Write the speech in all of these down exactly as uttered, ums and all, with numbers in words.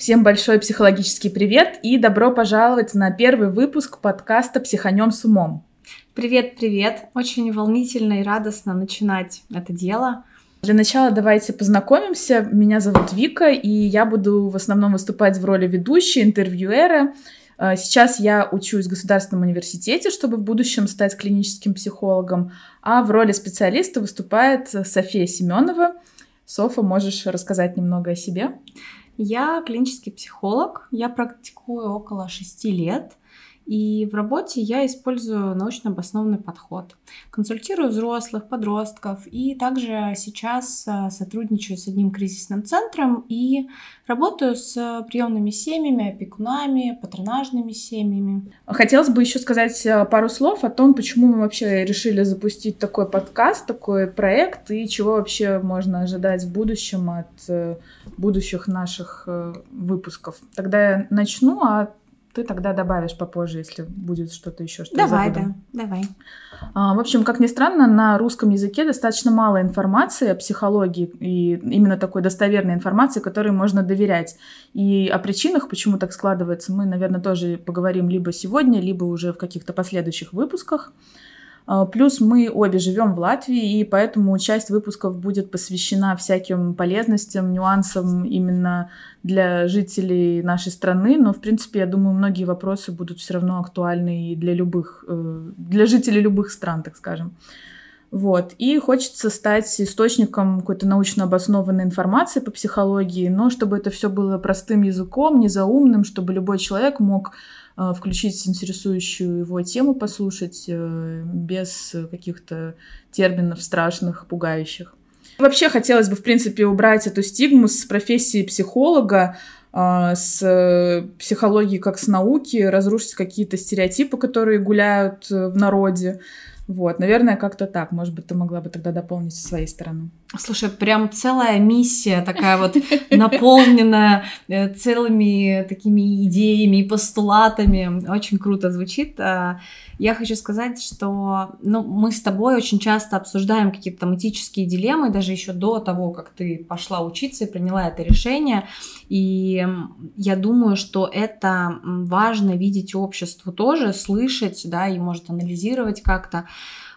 Всем большой психологический привет и добро пожаловать на первый выпуск подкаста «Психанем с умом». Привет-привет! Очень волнительно и радостно начинать это дело. Для начала давайте познакомимся. Меня зовут Вика, и я буду в основном выступать в роли ведущей, интервьюера. Сейчас я учусь в Государственном университете, чтобы в будущем стать клиническим психологом, а в роли специалиста выступает София Семенова. Софа, можешь рассказать немного о себе? Я клинический психолог, я практикую около шести лет. И в работе я использую научно обоснованный подход. Консультирую взрослых, подростков, и также сейчас сотрудничаю с одним кризисным центром и работаю с приемными семьями, опекунами, патронажными семьями. Хотелось бы еще сказать пару слов о том, почему мы вообще решили запустить такой подкаст, такой проект, и чего вообще можно ожидать в будущем от будущих наших выпусков. Тогда я начну, а ты тогда добавишь попозже, если будет что-то еще, что давай, я забуду. Да, давай. В общем, как ни странно, на русском языке достаточно мало информации о психологии и именно такой достоверной информации, которой можно доверять. И о причинах, почему так складывается, мы, наверное, тоже поговорим либо сегодня, либо уже в каких-то последующих выпусках. Плюс мы обе живем в Латвии, и поэтому часть выпусков будет посвящена всяким полезностям, нюансам именно для жителей нашей страны. Но, в принципе, я думаю, многие вопросы будут все равно актуальны и для любых, для жителей любых стран, так скажем. Вот. И хочется стать источником какой-то научно обоснованной информации по психологии, но чтобы это все было простым языком, не заумным, чтобы любой человек мог включить интересующую его тему, послушать без каких-то терминов страшных, пугающих. Вообще хотелось бы, в принципе, убрать эту стигму с профессии психолога, с психологии как с науки, разрушить какие-то стереотипы, которые гуляют в народе. Вот, наверное, как-то так. Может быть, ты могла бы тогда дополнить со своей стороны. Слушай, прям целая миссия такая вот наполненная целыми такими идеями и постулатами. Очень круто звучит. Я хочу сказать, что ну, мы с тобой очень часто обсуждаем какие-то там этические дилеммы, даже еще до того, как ты пошла учиться и приняла это решение. И я думаю, что это важно видеть обществу тоже, слышать, да, и может анализировать как-то.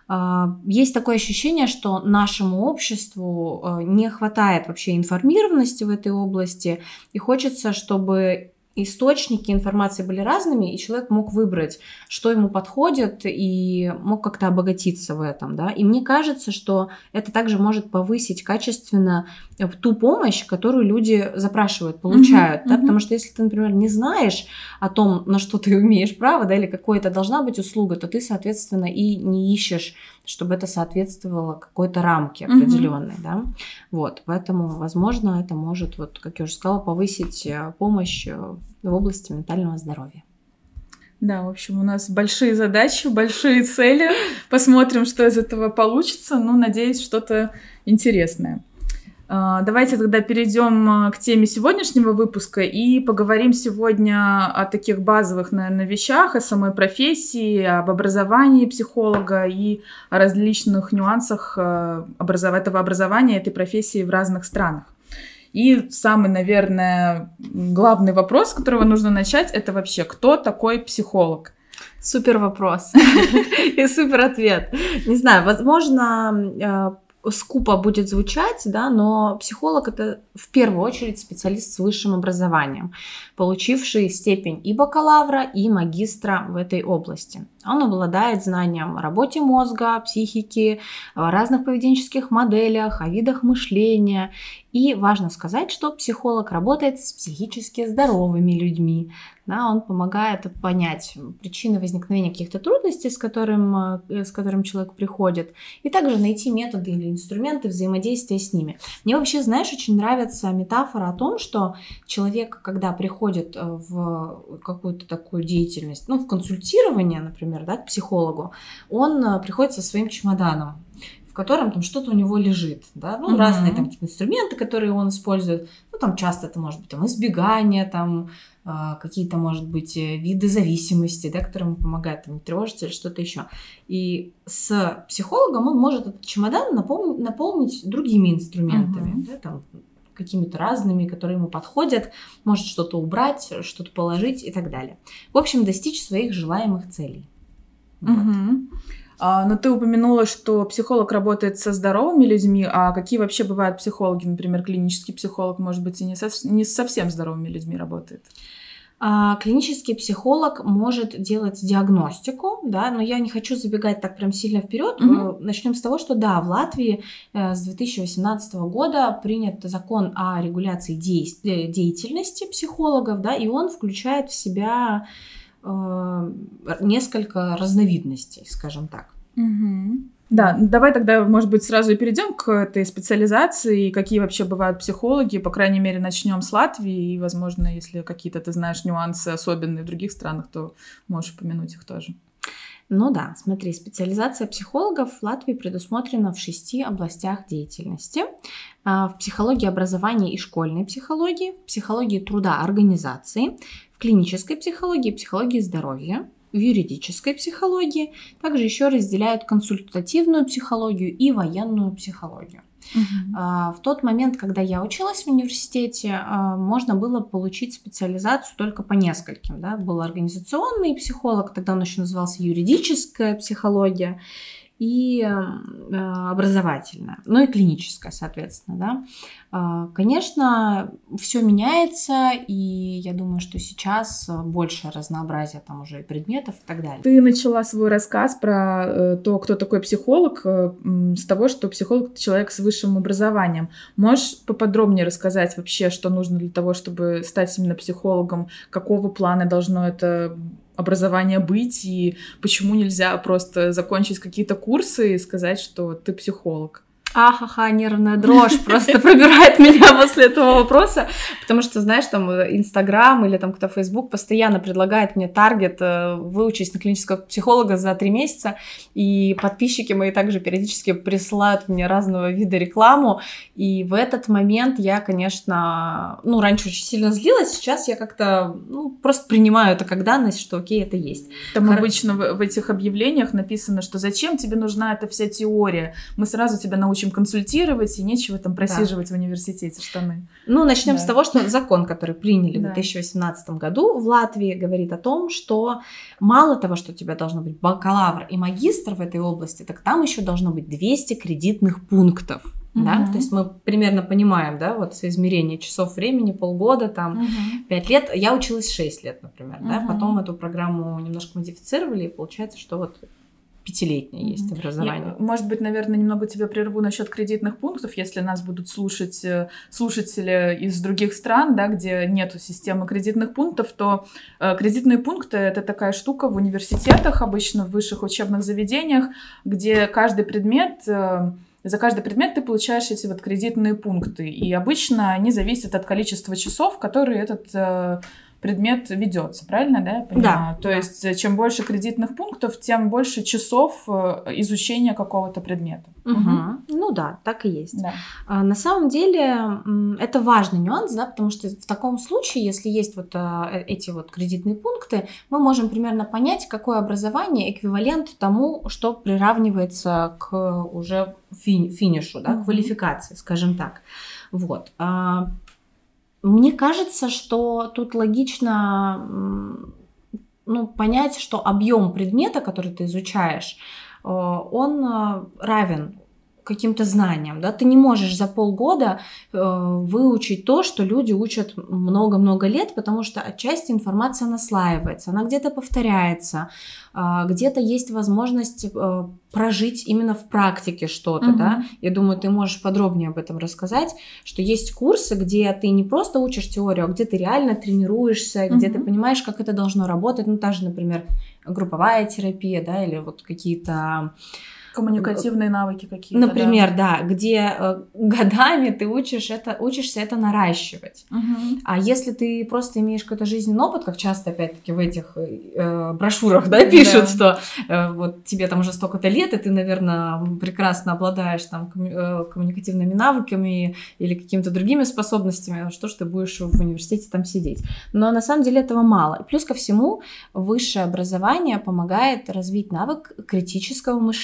Есть такое ощущение, что нашему обществу не хватает вообще информированности в этой области, и хочется, чтобы источники информации были разными, и человек мог выбрать, что ему подходит, и мог как-то обогатиться в этом, да. И мне кажется, что это также может повысить качественно ту помощь, которую люди запрашивают, получают, mm-hmm. да, потому что если ты, например, не знаешь о том, на что ты имеешь право, да, или какой-то должна быть услуга, то ты, соответственно, и не ищешь, чтобы это соответствовало какой-то рамке определенной, mm-hmm. да. Вот, поэтому, возможно, это может, вот, как я уже сказала, повысить помощь в области ментального здоровья. Да, в общем, у нас большие задачи, большие цели. Посмотрим, что из этого получится. Ну, надеюсь, что-то интересное. Давайте тогда перейдем к теме сегодняшнего выпуска и поговорим сегодня о таких базовых, наверное, вещах, о самой профессии, об образовании психолога и о различных нюансах этого образования, этой профессии в разных странах. И самый, наверное, главный вопрос, с которого нужно начать, это вообще, кто такой психолог? Супер вопрос и супер ответ. Не знаю, возможно, скупо будет звучать, да, но психолог — это в первую очередь специалист с высшим образованием, получивший степень и бакалавра, и магистра в этой области. Он обладает знанием о работе мозга, психики, о разных поведенческих моделях, о видах мышления. И важно сказать, что психолог работает с психически здоровыми людьми. Да, он помогает понять причины возникновения каких-то трудностей, с, которым, с которым человек приходит, и также найти методы или инструменты взаимодействия с ними. Мне вообще, знаешь, очень нравится метафора о том, что человек, когда приходит в какую-то такую деятельность, ну, в консультирование, например, да, к психологу, он приходит со своим чемоданом, в котором там что-то у него лежит, да, ну, mm-hmm. разные там типа, инструменты, которые он использует, ну, там часто это может быть там избегание, там какие-то, может быть, виды зависимости, да, которые ему помогают там, не тревожиться или что-то еще. И с психологом он может этот чемодан напол- наполнить другими инструментами, mm-hmm. да, там, какими-то разными, которые ему подходят, может что-то убрать, что-то положить и так далее. В общем, достичь своих желаемых целей. Угу. Вот. А, но ты упомянула, что психолог работает со здоровыми людьми, а какие вообще бывают психологи? Например, клинический психолог, может быть, и не, со, не с совсем здоровыми людьми работает. Клинический психолог может делать диагностику, да, но я не хочу забегать так прям сильно вперед. Угу. Начнем с того, что да, в Латвии с две тысячи восемнадцатого года принят закон о регуляции действ- деятельности психологов, да, и он включает в себя э, несколько разновидностей, скажем так. Угу. Да, давай тогда, может быть, сразу и перейдем к этой специализации, какие вообще бывают психологи, по крайней мере, начнем с Латвии, и, возможно, если какие-то ты знаешь нюансы особенные в других странах, то можешь упомянуть их тоже. Ну да, смотри, специализация психологов в Латвии предусмотрена в шести областях деятельности. В психологии образования и школьной психологии, в психологии труда организации, в клинической психологии, психологии здоровья, в юридической психологии. Также еще разделяют консультативную психологию и военную психологию. Uh-huh. В тот момент, когда я училась в университете, можно было получить специализацию только по нескольким. Да? Был организационный психолог, тогда он еще назывался юридическая психология, и образовательная, ну и клиническая, соответственно, да. Конечно, все меняется, и я думаю, что сейчас больше разнообразия там уже и предметов и так далее. Ты начала свой рассказ про то, кто такой психолог, с того, что психолог — это человек с высшим образованием. Можешь поподробнее рассказать вообще, что нужно для того, чтобы стать именно психологом, какого плана должно это образование быть, и почему нельзя просто закончить какие-то курсы и сказать, что ты психолог? Ахаха, нервная дрожь просто пробирает меня после этого вопроса, потому что, знаешь, там Инстаграм или там кто-то Фейсбук постоянно предлагает мне таргет выучить на клинического психолога за три месяца, и подписчики мои также периодически присылают мне разного вида рекламу, и в этот момент я, конечно, ну, раньше очень сильно злилась, сейчас я как-то, ну, просто принимаю это как данность, что окей, это есть. Там Хор... обычно в, в этих объявлениях написано, что зачем тебе нужна эта вся теория, мы сразу тебя научим консультировать, и нечего там просиживать да. в университете штаны. Ну, начнем да. с того, что закон, который приняли да. в две тысячи восемнадцатом году в Латвии, говорит о том, что мало того, что у тебя должно быть бакалавр и магистр в этой области, так там еще должно быть двести кредитных пунктов. Uh-huh. Да? То есть мы примерно понимаем, да, вот соизмерение часов времени, полгода, там, uh-huh. пять лет. Я училась шесть лет, например, uh-huh. да, потом эту программу немножко модифицировали, и получается, что вот пятилетнее есть образование. Я, может быть, наверное, немного тебя прерву насчет кредитных пунктов, если нас будут слушать слушатели из других стран, да, где нету системы кредитных пунктов, то э, кредитные пункты — это такая штука в университетах, обычно в высших учебных заведениях, где каждый предмет... Э, За каждый предмет ты получаешь эти вот кредитные пункты. И обычно они зависят от количества часов, которые этот э, предмет ведется. Правильно, да, я понимаю? Да. То есть чем больше кредитных пунктов, тем больше часов э, изучения какого-то предмета. Угу. Угу. Ну да, так и есть. Да. А, на самом деле это важный нюанс, да, потому что в таком случае, если есть вот а, эти вот кредитные пункты, мы можем примерно понять, какое образование эквивалент тому, что приравнивается к уже фини- финишу, да, угу. квалификации, скажем так. Вот. А, мне кажется, что тут логично, ну, понять, что объем предмета, который ты изучаешь, он равен каким-то знаниям, да, ты не можешь за полгода э, выучить то, что люди учат много-много лет, потому что отчасти информация наслаивается, она где-то повторяется, э, где-то есть возможность э, прожить именно в практике что-то, uh-huh. да, я думаю, ты можешь подробнее об этом рассказать, что есть курсы, где ты не просто учишь теорию, а где ты реально тренируешься, uh-huh. где ты понимаешь, как это должно работать, ну, та же, например, групповая терапия, да, или вот какие-то коммуникативные навыки какие-то. Например, да, да где э, годами ты учишь это, учишься это наращивать. Угу. А если ты просто имеешь какой-то жизненный опыт, как часто, опять-таки, в этих э, брошюрах, да, пишут, да. что э, вот тебе там уже столько-то лет, и ты, наверное, прекрасно обладаешь там комму- коммуникативными навыками или какими-то другими способностями, что ж ты будешь в университете там сидеть. Но на самом деле этого мало. Плюс ко всему, высшее образование помогает развить навык критического мышления.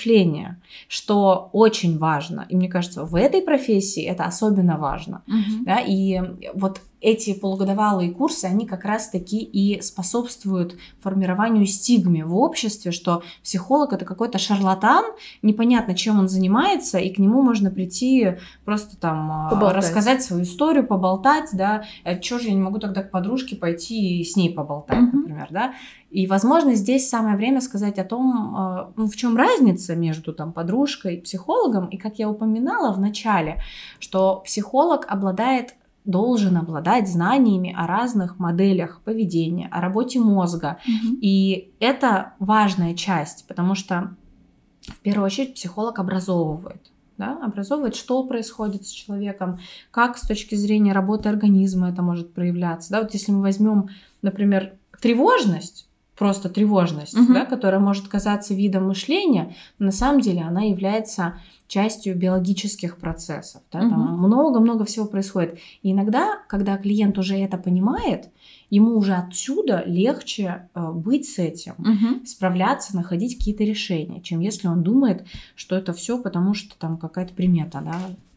движение, что очень важно. И мне кажется, в этой профессии это особенно важно. Мгм. Да? И вот эти полугодовалые курсы, они как раз-таки и способствуют формированию стигмы в обществе, что психолог — это какой-то шарлатан, непонятно, чем он занимается, и к нему можно прийти просто там Поболтать. рассказать свою историю, поболтать, да, чё же я не могу тогда к подружке пойти и с ней поболтать, Мгм. например, да. И, возможно, здесь самое время сказать о том, ну, в чем разница между там подружкой и психологом, и, как я упоминала в начале, что психолог обладает должен обладать знаниями о разных моделях поведения, о работе мозга. Мгм. И это важная часть, потому что в первую очередь психолог образовывает. Да, образовывает, что происходит с человеком, как с точки зрения работы организма это может проявляться. Да, вот если мы возьмем, например, тревожность, просто тревожность, Мгм. да, которая может казаться видом мышления, но на самом деле она является частью биологических процессов. Да, там Мгм. много-много всего происходит. И иногда, когда клиент уже это понимает, ему уже отсюда легче э, быть с этим, Мгм. справляться, находить какие-то решения, чем если он думает, что это все потому, что там какая-то примета, да,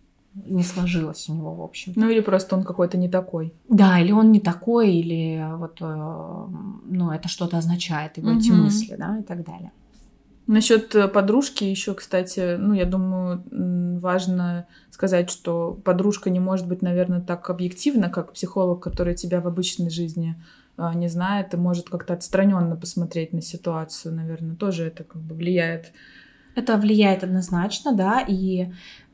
не сложилась у него, в общем. Ну или просто он какой-то не такой. Да, или он не такой, или вот, э, ну, это что-то означает, его эти Мгм. мысли, да, и так далее. Насчет э, подружки еще, кстати, ну, я думаю, м, важно сказать, что подружка не может быть, наверное, так объективна, как психолог, который тебя в обычной жизни э, не знает и может как-то отстраненно посмотреть на ситуацию, наверное, тоже это как бы влияет. Это влияет однозначно, да, и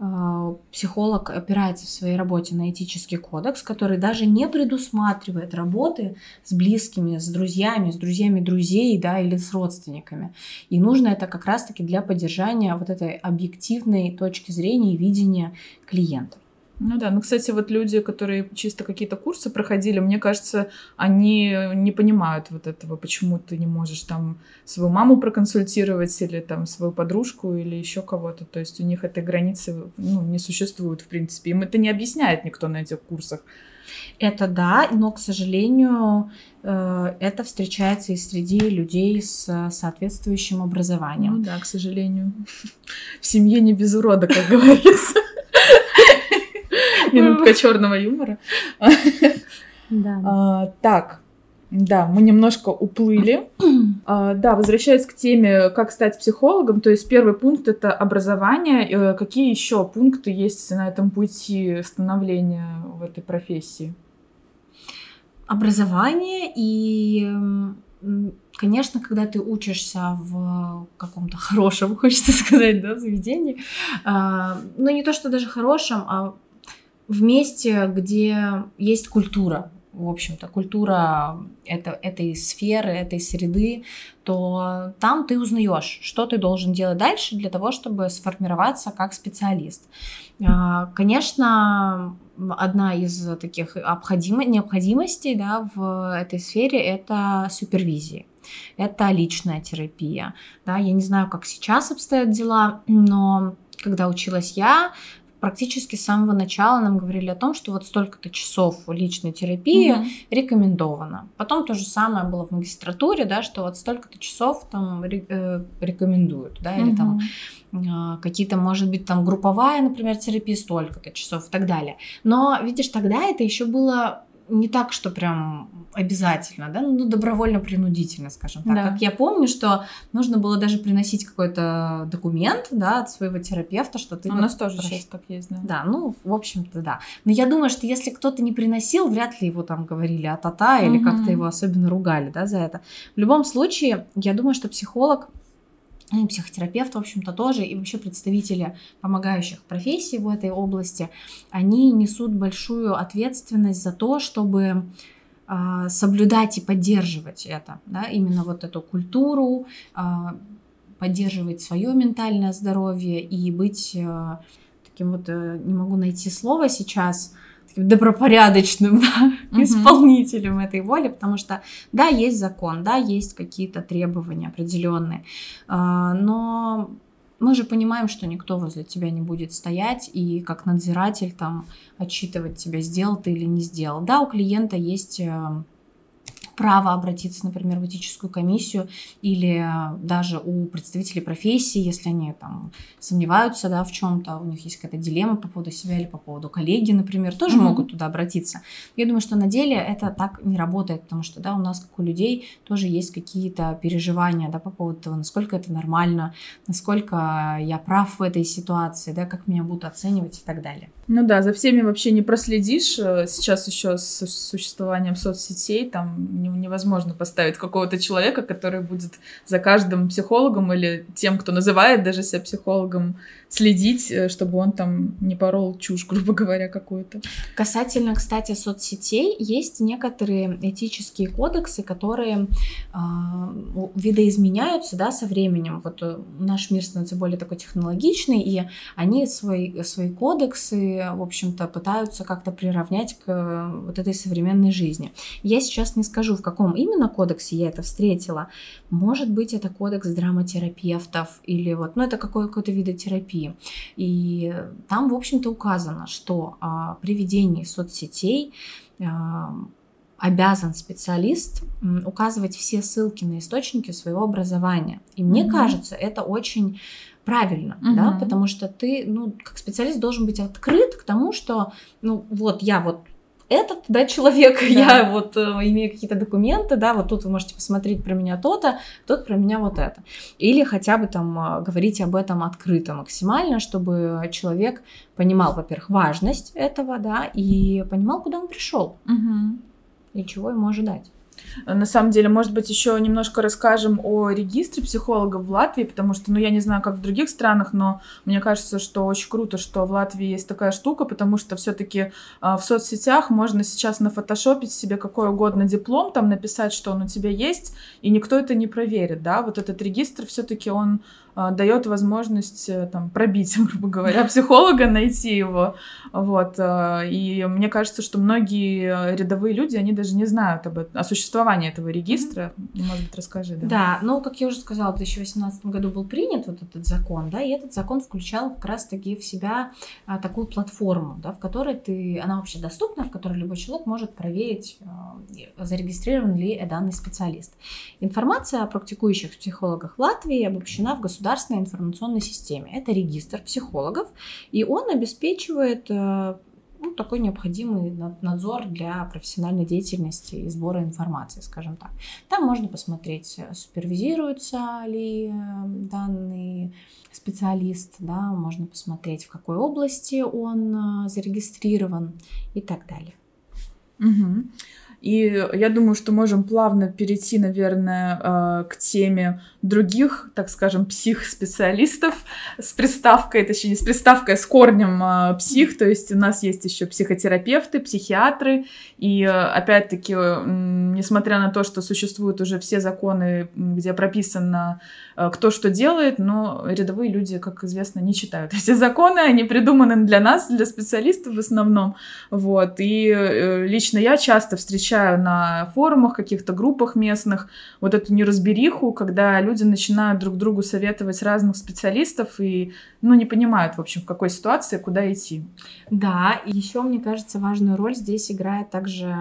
э, психолог опирается в своей работе на этический кодекс, который даже не предусматривает работы с близкими, с друзьями, с друзьями друзей, да, или с родственниками. И нужно это как раз-таки для поддержания вот этой объективной точки зрения и видения клиента. Ну да, ну, кстати, вот люди, которые чисто какие-то курсы проходили, мне кажется, они не понимают вот этого, почему ты не можешь там свою маму проконсультировать или там свою подружку или еще кого-то. То есть у них этой границы, ну, не существует, в принципе. Им это не объясняет никто на этих курсах. Это да, но, к сожалению, э, это встречается и среди людей с соответствующим образованием. Ну да, к сожалению. В семье не без урода, как говорится. Минутка черного юмора. Да. А, так, да, мы немножко уплыли. А, да, возвращаясь к теме, как стать психологом, то есть первый пункт — это образование. Э, Какие еще пункты есть на этом пути становления в этой профессии? Образование и, м, конечно, когда ты учишься в каком-то хорошем, хочется сказать, да, заведении, а, ну не то, что даже хорошем, а в месте, где есть культура, в общем-то, культура это, этой сферы, этой среды, то там ты узнаешь, что ты должен делать дальше для того, чтобы сформироваться как специалист. А, Конечно, одна из таких обходимо- необходимостей, да, в этой сфере — это супервизия. Это личная терапия. Да. Я не знаю, как сейчас обстоят дела, но когда училась я, практически с самого начала нам говорили о том, что вот столько-то часов личной терапии Мгм. рекомендовано. Потом то же самое было в магистратуре, да, что вот столько-то часов там ре- э, рекомендуют, да, или там Мгм. э, какие-то, может быть, там групповая, например, терапия столько-то часов и так далее. Но, видишь, тогда это еще было не так, что прям обязательно, да, ну, добровольно-принудительно, скажем так. Да. Как я помню, что нужно было даже приносить какой-то документ, да, от своего терапевта, что ты... У вот нас тоже прош- сейчас так есть, да. Да, ну, в общем-то, да. Но я думаю, что если кто-то не приносил, вряд ли его там говорили а-та-та или Мгм. как-то его особенно ругали, да, за это. В любом случае, я думаю, что психолог, ну и психотерапевт, в общем-то, тоже, и вообще представители помогающих профессий в этой области, они несут большую ответственность за то, чтобы а, соблюдать и поддерживать это, да, именно вот эту культуру, а, поддерживать свое ментальное здоровье и быть а, таким вот, а, не могу найти слово сейчас, таким добропорядочным, да, Мгм. исполнителем этой воли, потому что, да, есть закон, да, есть какие-то требования определенные, а, но мы же понимаем, что никто возле тебя не будет стоять и как надзиратель там отчитывать тебя, сделал ты или не сделал. Да, у клиента есть э, право обратиться, например, в этическую комиссию или даже у представителей профессии, если они там сомневаются, да, в чем-то, у них есть какая-то дилемма по поводу себя или по поводу коллеги, например, тоже mm-hmm. могут туда обратиться. Я думаю, что на деле это так не работает, потому что, да, у нас, как у людей, тоже есть какие-то переживания, да, по поводу того, насколько это нормально, насколько я прав в этой ситуации, да, как меня будут оценивать и так далее. Ну да, за всеми вообще не проследишь. Сейчас еще с существованием соцсетей там невозможно поставить какого-то человека, который будет за каждым психологом или тем, кто называет даже себя психологом, следить, чтобы он там не порол чушь, грубо говоря, какую-то. Касательно, кстати, соцсетей, есть некоторые этические кодексы, которые э, видоизменяются, да, со временем. Вот наш мир становится более такой технологичный, и они свои, свои кодексы, в общем-то, пытаются как-то приравнять к вот этой современной жизни. Я сейчас не скажу, в каком именно кодексе я это встретила. Может быть, это кодекс драматерапевтов или вот, ну, это какой- какой-то вид терапии. И там, в общем-то, указано, что а, при ведении соцсетей а, обязан специалист м, указывать все ссылки на источники своего образования. И мне mm-hmm. кажется, это очень правильно, mm-hmm. да, потому что ты, ну, как специалист должен быть открыт к тому, что, ну, вот я вот этот, да, человек, да. я вот э, имею какие-то документы, да, вот тут вы можете посмотреть про меня то-то, тут про меня вот это. Или хотя бы там э, говорить об этом открыто максимально, чтобы человек понимал, во-первых, важность этого, да, и понимал, куда он пришел угу. и чего ему ожидать. На самом деле, может быть, еще немножко расскажем о регистре психологов в Латвии, потому что, ну, я не знаю, как в других странах, но мне кажется, что очень круто, что в Латвии есть такая штука, потому что все-таки э, в соцсетях можно сейчас нафотошопить себе какой угодно диплом, там написать, что он у тебя есть, и никто это не проверит, да, вот этот регистр все-таки он э, дает возможность э, там пробить, грубо говоря, психолога, найти его, вот, э, и мне кажется, что многие рядовые люди, они даже не знают об этом, о существовании этого регистра. Mm-hmm. Может быть, расскажи. Да. да, ну, как я уже сказала, в две тысячи восемнадцатом году был принят вот этот закон, да, и этот закон включал как раз-таки в себя а, такую платформу, да, в которой ты, она вообще доступна, в которой любой человек может проверить, а, зарегистрирован ли данный специалист. Информация о практикующих психологах в Латвии обобщена в государственной информационной системе. Это регистр психологов, и он обеспечивает а, ну, такой необходимый надзор для профессиональной деятельности и сбора информации, скажем так. Там можно посмотреть, супервизируется ли данный специалист, да, можно посмотреть, в какой области он зарегистрирован и так далее. Угу. И я думаю, что можем плавно перейти, наверное, к теме других, так скажем, псих-специалистов с приставкой, точнее, не с приставкой, а с корнем псих, то есть у нас есть еще психотерапевты, психиатры, и опять-таки, несмотря на то, что существуют уже все законы, где прописано, кто что делает, но рядовые люди, как известно, не читают эти законы, они придуманы для нас, для специалистов в основном, вот, и лично я часто встречаю на форумах, каких-то группах местных вот эту неразбериху, когда люди начинают друг другу советовать разных специалистов и, ну, не понимают, в общем, в какой ситуации, куда идти. Да, и еще, мне кажется, важную роль здесь играет также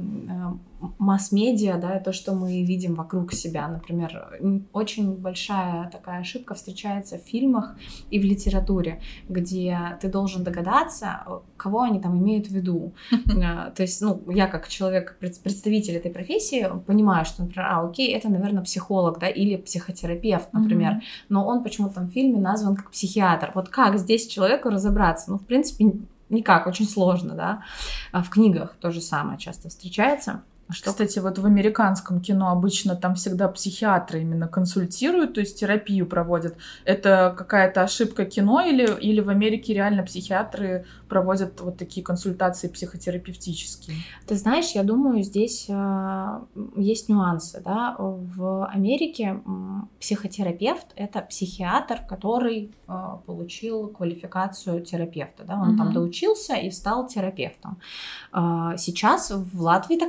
масс-медиа, да, то, что мы видим вокруг себя. Например, очень большая такая ошибка встречается в фильмах и в литературе, где ты должен догадаться, кого они там имеют в виду. То есть, ну, я как человек, представитель этой профессии, понимаю, что, например, а, окей, это, наверное, психолог, да, или психотерапевт, например, mm-hmm. но он почему-то в фильме назван как психиатр. Вот как здесь человеку разобраться? Ну, в принципе, никак, очень сложно, да. В книгах то же самое часто встречается. Что? Кстати, вот в американском кино обычно там всегда психиатры именно консультируют, то есть терапию проводят. Это какая-то ошибка кино или, или в Америке реально психиатры проводят вот такие консультации психотерапевтические? Ты знаешь, я думаю, здесь э, есть нюансы, да. В Америке э, психотерапевт — это психиатр, который э, получил квалификацию терапевта, да. Он mm-hmm. там доучился и стал терапевтом. Э, сейчас в Латвии такая же ситуация.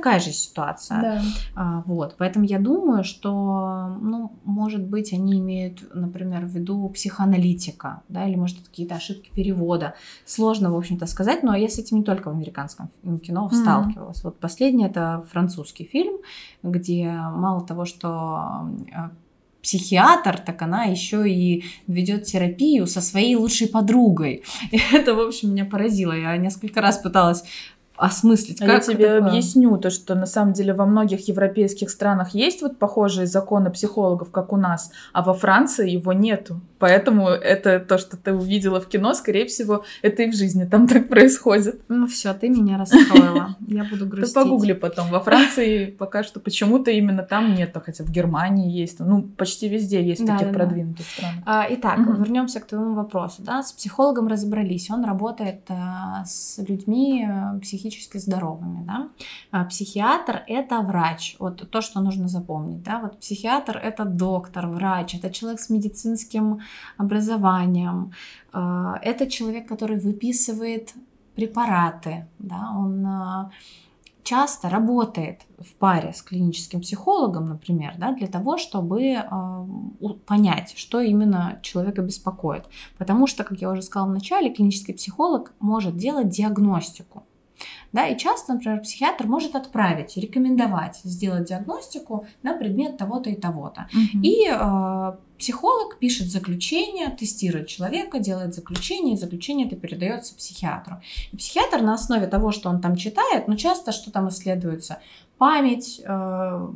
ситуация. Да. А, вот, поэтому я думаю, что, ну, может быть, они имеют, например, в виду психоаналитика, да, или, может, какие-то ошибки перевода. Сложно, в общем-то, сказать, но я с этим не только в американском кино сталкивалась. Mm-hmm. Вот последний — это французский фильм, где мало того, что психиатр, так она еще и ведет терапию со своей лучшей подругой. И это, в общем, меня поразило. Я несколько раз пыталась осмыслить. А как я тебе такое? объясню то, что на самом деле во многих европейских странах есть вот похожие законы психологов, как у нас, а во Франции его нету. Поэтому это то, что ты увидела в кино, скорее всего, это и в жизни там так происходит. Ну все, ты меня расстроила. Я буду грустить. Ты погугли потом. Во Франции пока что почему-то именно там нету, хотя в Германии есть. Ну, почти везде есть да, таких да, продвинутых стран. А, итак, угу. вернемся к твоему вопросу. Да? С психологом разобрались. Он работает а, с людьми психически здоровыми. Да? А, психиатр — это врач. Вот то, что нужно запомнить. Да? Вот психиатр — это доктор, врач, это человек с медицинским образованием. Это человек, который выписывает препараты. Да? Он часто работает в паре с клиническим психологом, например, да, для того, чтобы понять, что именно человека беспокоит. Потому что, как я уже сказала в начале, клинический психолог может делать диагностику. Да, и часто, например, психиатр может отправить, рекомендовать сделать диагностику на предмет того-то и того-то. Mm-hmm. И э, психолог пишет заключение, тестирует человека, делает заключение, и заключение это передается психиатру. И психиатр на основе того, что он там читает, ну часто что там исследуется? Память, э,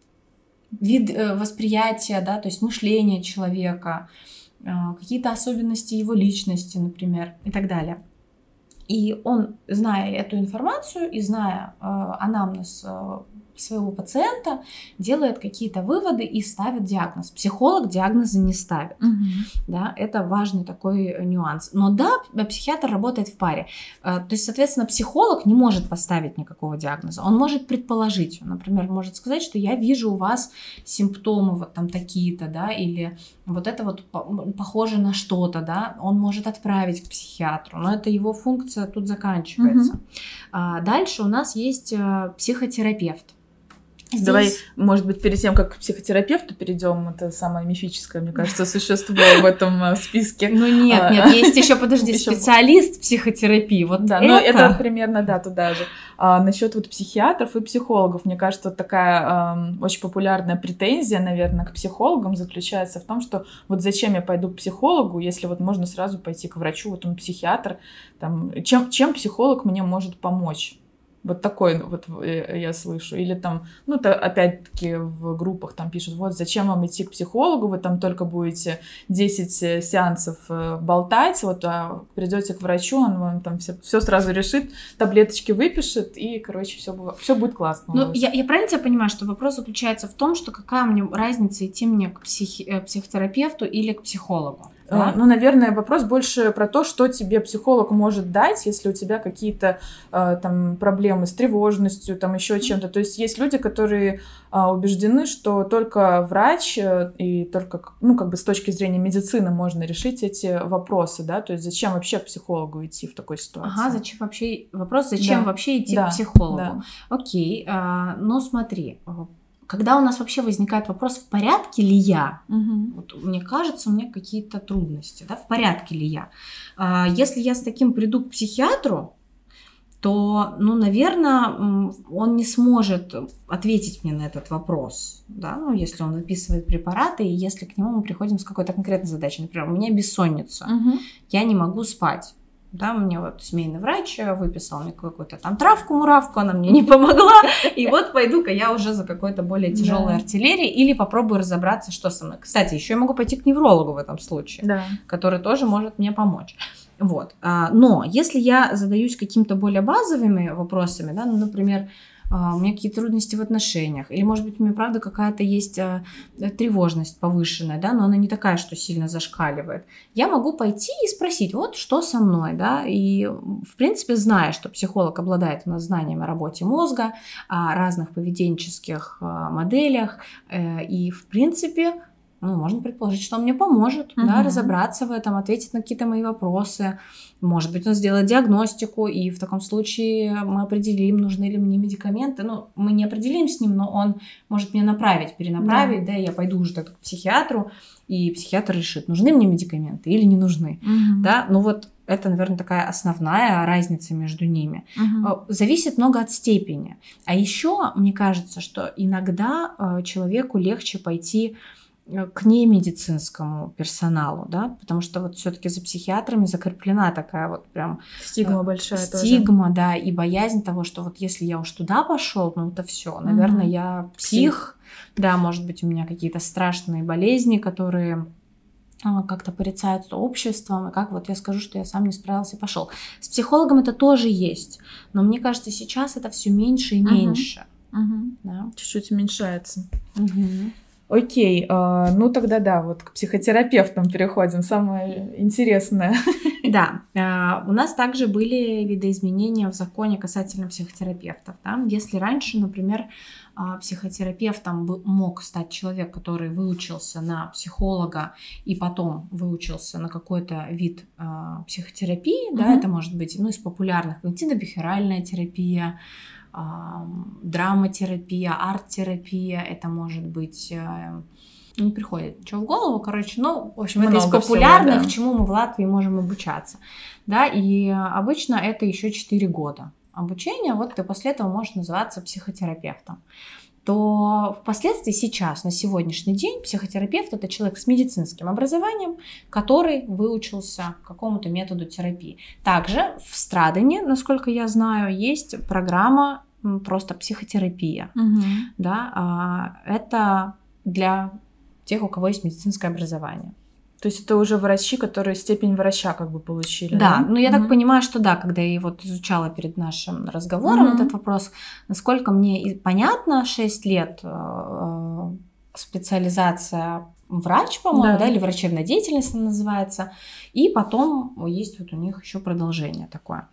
вид э, восприятия, да, то есть мышление человека, э, какие-то особенности его личности, например, и так далее. И он, зная эту информацию и зная э, анамнез э, своего пациента, делает какие-то выводы и ставит диагноз. Психолог диагнозы не ставит. Mm-hmm. Да, это важный такой нюанс. Но да, психиатр работает в паре. Э, то есть, соответственно, психолог не может поставить никакого диагноза. Он может предположить. Он, например, может сказать, что я вижу у вас симптомы вот там такие-то, да, или вот это вот похоже на что-то, да. Он может отправить к психиатру, но это его функция тут заканчивается. Mm-hmm. А дальше у нас есть э, психотерапевт. Здесь... Давай, может быть, перед тем, как к психотерапевту перейдем, это самое мифическое, мне кажется, существо в этом списке. Ну нет, нет, есть еще, подожди, специалист психотерапии, вот да, это... Ну это примерно, да, туда же. А насчет вот психиатров и психологов, мне кажется, вот такая э, очень популярная претензия, наверное, к психологам заключается в том, что вот зачем я пойду к психологу, если вот можно сразу пойти к врачу, вот он психиатр, там, чем, чем психолог мне может помочь? Вот такой вот я слышу. Или там, ну, это опять-таки в группах там пишут, вот зачем вам идти к психологу, вы там только будете десять сеансов болтать, вот, а придете к врачу, он вам там все, все сразу решит, таблеточки выпишет, и, короче, все, все будет классно. Ну, я, я правильно тебя понимаю, что вопрос заключается в том, что какая мне разница, идти мне к психи- психотерапевту или к психологу? Да? Ну, наверное, вопрос больше про то, что тебе психолог может дать, если у тебя какие-то э, там проблемы с тревожностью, там еще чем-то. То есть есть люди, которые э, убеждены, что только врач э, и только, ну, как бы с точки зрения медицины можно решить эти вопросы, да. То есть зачем вообще к психологу идти в такой ситуации? Ага, зачем вообще вопрос, зачем да. вообще идти да. к психологу? Да. Окей, а, ну смотри. Когда у нас вообще возникает вопрос, в порядке ли я? Угу. Вот, мне кажется, у меня какие-то трудности, да, в порядке ли я? А, если я с таким приду к психиатру, то, ну, наверное, он не сможет ответить мне на этот вопрос, да, ну, если он выписывает препараты, и если к нему мы приходим с какой-то конкретной задачей. Например, у меня бессонница, угу. я не могу спать. Да, мне вот семейный врач выписал мне какую-то там травку-муравку, она мне не помогла, и вот пойду-ка я уже за какой-то более тяжелой да. артиллерией или попробую разобраться, что со мной. Кстати, еще я могу пойти к неврологу в этом случае, да. который тоже может мне помочь. Вот. Но если я задаюсь какими-то более базовыми вопросами, да, ну, например, у меня какие-то трудности в отношениях, или, может быть, у меня, правда, какая-то есть э, тревожность повышенная, да, но она не такая, что сильно зашкаливает. Я могу пойти и спросить, вот, что со мной, да, и, в принципе, зная, что психолог обладает у нас знаниями о работе мозга, о разных поведенческих э, моделях, э, и, в принципе, ну, можно предположить, что он мне поможет, угу. да, разобраться в этом, ответить на какие-то мои вопросы. Может быть, он сделает диагностику, и в таком случае мы определим, нужны ли мне медикаменты. Ну, мы не определим с ним, но он может меня направить, перенаправить, да, да, я пойду уже так к психиатру, и психиатр решит, нужны мне медикаменты или не нужны, угу. да. Ну вот это, наверное, такая основная разница между ними. Угу. Зависит много от степени. А еще мне кажется, что иногда человеку легче пойти к немедицинскому персоналу, да, потому что вот все-таки за психиатрами закреплена такая вот прям стигма большая, стигма, тоже. Да, и боязнь того, что вот если я уж туда пошел, ну это все, наверное, угу. я псих, да, может быть у меня какие-то страшные болезни, которые как-то порицаются обществом, и как вот я скажу, что я сам не справился и пошел. С психологом это тоже есть, но мне кажется, сейчас это все меньше и меньше. Угу. Угу. Да. Чуть-чуть уменьшается. Угу. Окей, э, ну тогда да, вот к психотерапевтам переходим, самое интересное. Да, э, у нас также были видоизменения в законе касательно психотерапевтов. Да? Если раньше, например, э, психотерапевтом мог стать человек, который выучился на психолога и потом выучился на какой-то вид э, психотерапии, mm-hmm. да, это может быть, ну, из популярных когнитивно-бихевиоральная терапия, драматерапия, арт-терапия, это может быть, не приходит ничего в голову, короче, ну, в общем, много это из популярных, всего, да. чему мы в Латвии можем обучаться, да, и обычно это еще четыре года обучения, вот ты после этого можешь называться психотерапевтом. То впоследствии сейчас, на сегодняшний день, психотерапевт – это человек с медицинским образованием, который выучился какому-то методу терапии. Также в Страдане, насколько я знаю, есть программа просто психотерапия. Угу. Да, это для тех, у кого есть медицинское образование. То есть это уже врачи, которые степень врача как бы получили, да? Да, ну я угу. так понимаю, что да, когда я вот изучала перед нашим разговором угу. этот вопрос, насколько мне понятно, шесть лет э, специализация врач, по-моему, да. да, или врачебная деятельность она называется, и потом есть вот у них еще продолжение такое.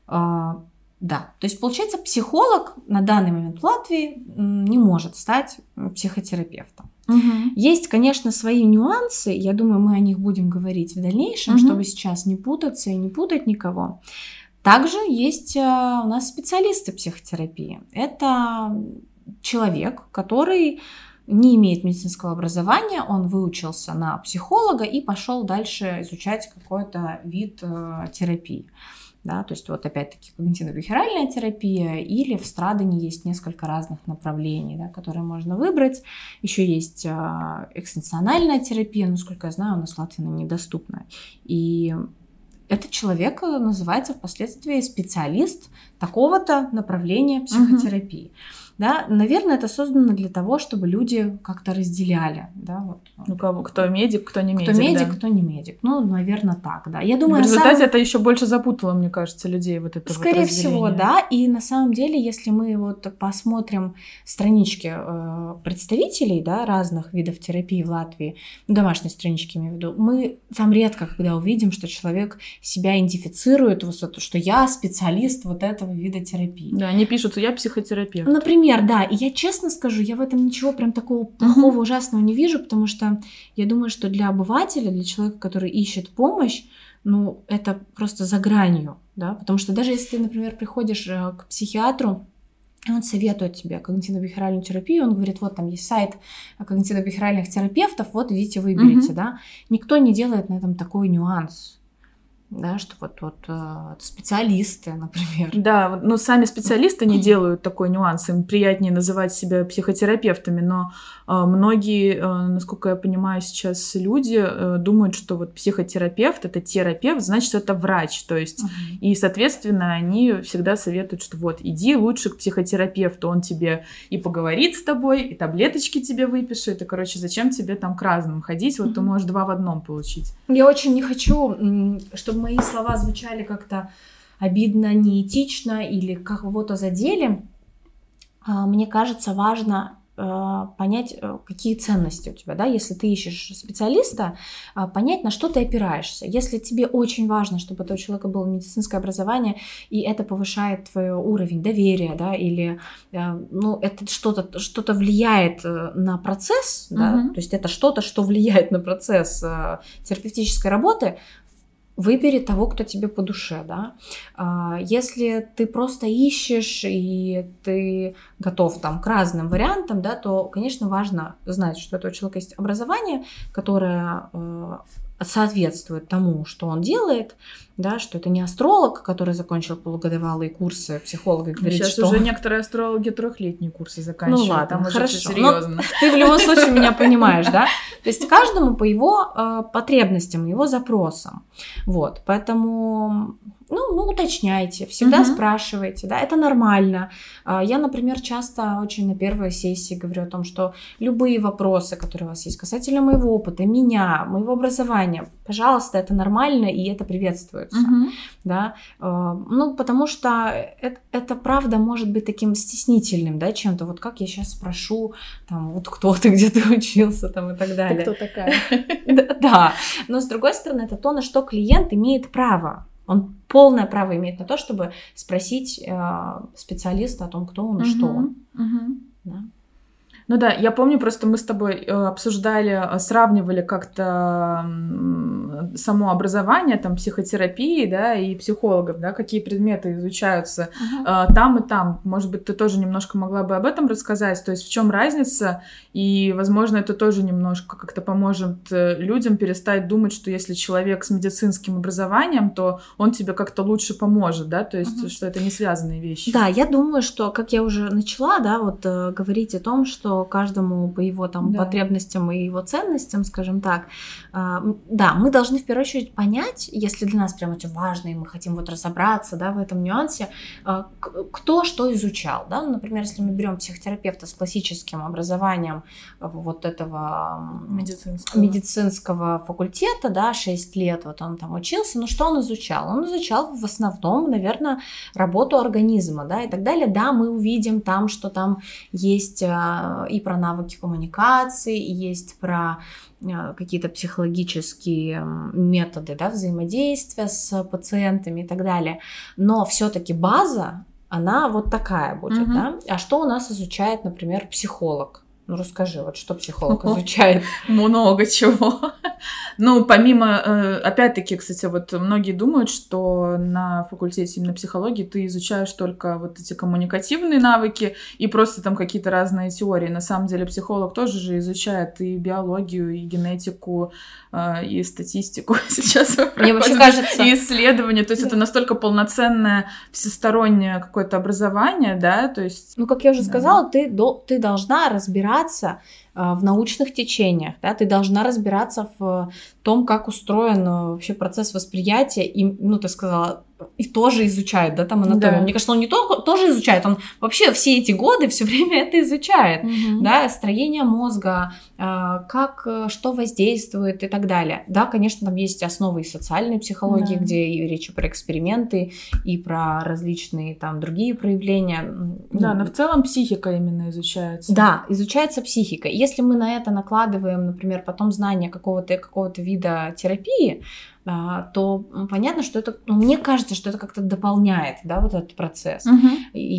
Э, да, то есть получается, психолог на данный момент в Латвии не может стать психотерапевтом. Угу. Есть, конечно, свои нюансы, я думаю, мы о них будем говорить в дальнейшем, угу. чтобы сейчас не путаться и не путать никого. Также есть у нас специалисты психотерапии. Это человек, который не имеет медицинского образования, он выучился на психолога и пошел дальше изучать какой-то вид э, терапии. Да, то есть вот опять-таки когнитивно-бихевиоральная терапия, или в Страдане есть несколько разных направлений, да, которые можно выбрать. Еще есть э, экстенциональная терапия, насколько я знаю, у нас в Латвии она недоступна. И этот человек называется впоследствии специалист такого-то направления психотерапии. Uh-huh. Да, наверное, это создано для того, чтобы люди как-то разделяли. Да, вот. Ну, кого, кто медик, кто не медик. Кто медик, да. кто не медик. Ну, наверное, так, да. Я думаю, в результате самом... это еще больше запутало, мне кажется, людей вот это Скорее вот всего, да. И на самом деле, если мы вот посмотрим странички э, представителей, да, разных видов терапии в Латвии, домашние странички, имею в виду, мы там редко когда увидим, что человек себя идентифицирует, что я специалист вот этого вида терапии. Да, они пишут, я психотерапевт. Например, да, и я честно скажу, я в этом ничего прям такого плохого, uh-huh. ужасного не вижу, потому что я думаю, что для обывателя, для человека, который ищет помощь, ну, это просто за гранью, да, потому что даже если ты, например, приходишь к психиатру, он советует тебе когнитивно-бихевиоральную терапию, он говорит, вот там есть сайт когнитивно-бихевиоральных терапевтов, вот идите, выберите, uh-huh. да, никто не делает на этом такой нюанс. Да, что вот, вот э, специалисты, например. Да, но сами специалисты не делают такой нюанс, им приятнее называть себя психотерапевтами, но э, многие, э, насколько я понимаю, сейчас люди э, думают, что вот психотерапевт — это терапевт, значит, это врач, то есть, uh-huh. и, соответственно, они всегда советуют, что вот, иди лучше к психотерапевту, он тебе и поговорит с тобой, и таблеточки тебе выпишет, и, короче, зачем тебе там к разным ходить, вот uh-huh. ты можешь два в одном получить. Я очень не хочу, чтобы мои слова звучали как-то обидно, неэтично или кого-то задели. Мне кажется, важно э, понять, э, какие ценности у тебя, да, если ты ищешь специалиста, э, понять, на что ты опираешься. Если тебе очень важно, чтобы у этого человека было медицинское образование, и это повышает твой уровень доверия, да, или, э, ну, это что-то, что-то влияет на процесс, да, Мгм. то есть это что-то, что влияет на процесс э, терапевтической работы, выбери того, кто тебе по душе, да. А, Если ты просто ищешь и ты готов там к разным вариантам, да, то, конечно, важно знать, что у этого человека есть образование, которое э, соответствует тому, что он делает, да, что это не астролог, который закончил полугодовалые курсы психолога и говорит, Сейчас что... уже некоторые астрологи трехлетние курсы заканчивают. Ну ладно, там уже хорошо. всё серьезно. Но ты в любом случае меня понимаешь, да? То есть каждому по его э, потребностям, его запросам. Вот, поэтому, ну, ну уточняйте, всегда Мгм. спрашивайте, да, это нормально. А, Я, например, часто очень на первой сессии говорю о том, что любые вопросы, которые у вас есть касательно моего опыта, меня, моего образования, пожалуйста, это нормально и это приветствуется. Мгм. Да, э, ну, потому что это, это правда может быть таким стеснительным, да, чем-то, вот как я сейчас спрошу, там, вот кто ты, где ты учился, там, и так Ты далее. кто такая? Да, да, но с другой стороны, это то, на что клиент имеет право. Он полное право имеет на то, чтобы спросить э, специалиста о том, кто он и что он. Мгм. Мгм. Да. Ну да, я помню, просто мы с тобой э, обсуждали, э, сравнивали как-то м, само образование, там, психотерапии, да, и психологов, да, какие предметы изучаются Мгм. э, там и там. Может быть, ты тоже немножко могла бы об этом рассказать, то есть в чем разница, и, возможно, это тоже немножко как-то поможет э, людям перестать думать, что если человек с медицинским образованием, то он тебе как-то лучше поможет, да, то есть Мгм. что это не связанные вещи. Да, я думаю, что, как я уже начала, да, вот э, говорить о том, что каждому по его там Да. потребностям и его ценностям, скажем так, э, м, да, мы должны в первую очередь понять, если для нас прям очень важно, и мы хотим вот разобраться, да, в этом нюансе, э, к- кто что изучал, да, ну, например, если мы берем психотерапевта с классическим образованием э, вот этого м, Медицинского. медицинского факультета, да, шесть лет вот он там учился, ну что он изучал? Он изучал в основном, наверное, работу организма, да, и так далее. Да, мы увидим там, что там есть а, и про навыки коммуникации, и есть про а, какие-то психологические м, методы, да, взаимодействия с пациентами и так далее. Но все-таки база, она вот такая будет, Мгм. да. А что у нас изучает, например, психолог? Ну, расскажи, вот что психолог изучает? Много чего. Ну, помимо, э, опять-таки, кстати, вот многие думают, что на факультете именно психологии ты изучаешь только вот эти коммуникативные навыки и просто там какие-то разные теории. На самом деле психолог тоже же изучает и биологию, и генетику, э, и статистику. Сейчас Мне вообще проходит, кажется... и исследования. То есть Да. это настолько полноценное всестороннее какое-то образование, да, то есть... Ну, как я уже Да. сказала, ты, до, ты должна разбираться э, в научных течениях, да, ты должна разбираться в том, как устроен э, вообще процесс восприятия, и, ну, ты сказала, и тоже изучает, да, там анатомию. Да. Мне кажется, он не только тоже изучает, он вообще все эти годы все время это изучает, Мгм. да, строение мозга, э, как, э, что воздействует и так далее. Да, конечно, там есть основы и социальной психологии, Да. где и речь про эксперименты, и про различные там другие проявления. м, Да, ну, но в целом психика именно изучается. да, изучается психика. Если мы на это накладываем, например, потом знание какого-то какого-то вида терапии, а, то м, понятно, что это, ну, мне кажется, что это как-то дополняет, да, вот этот процесс. Мгм.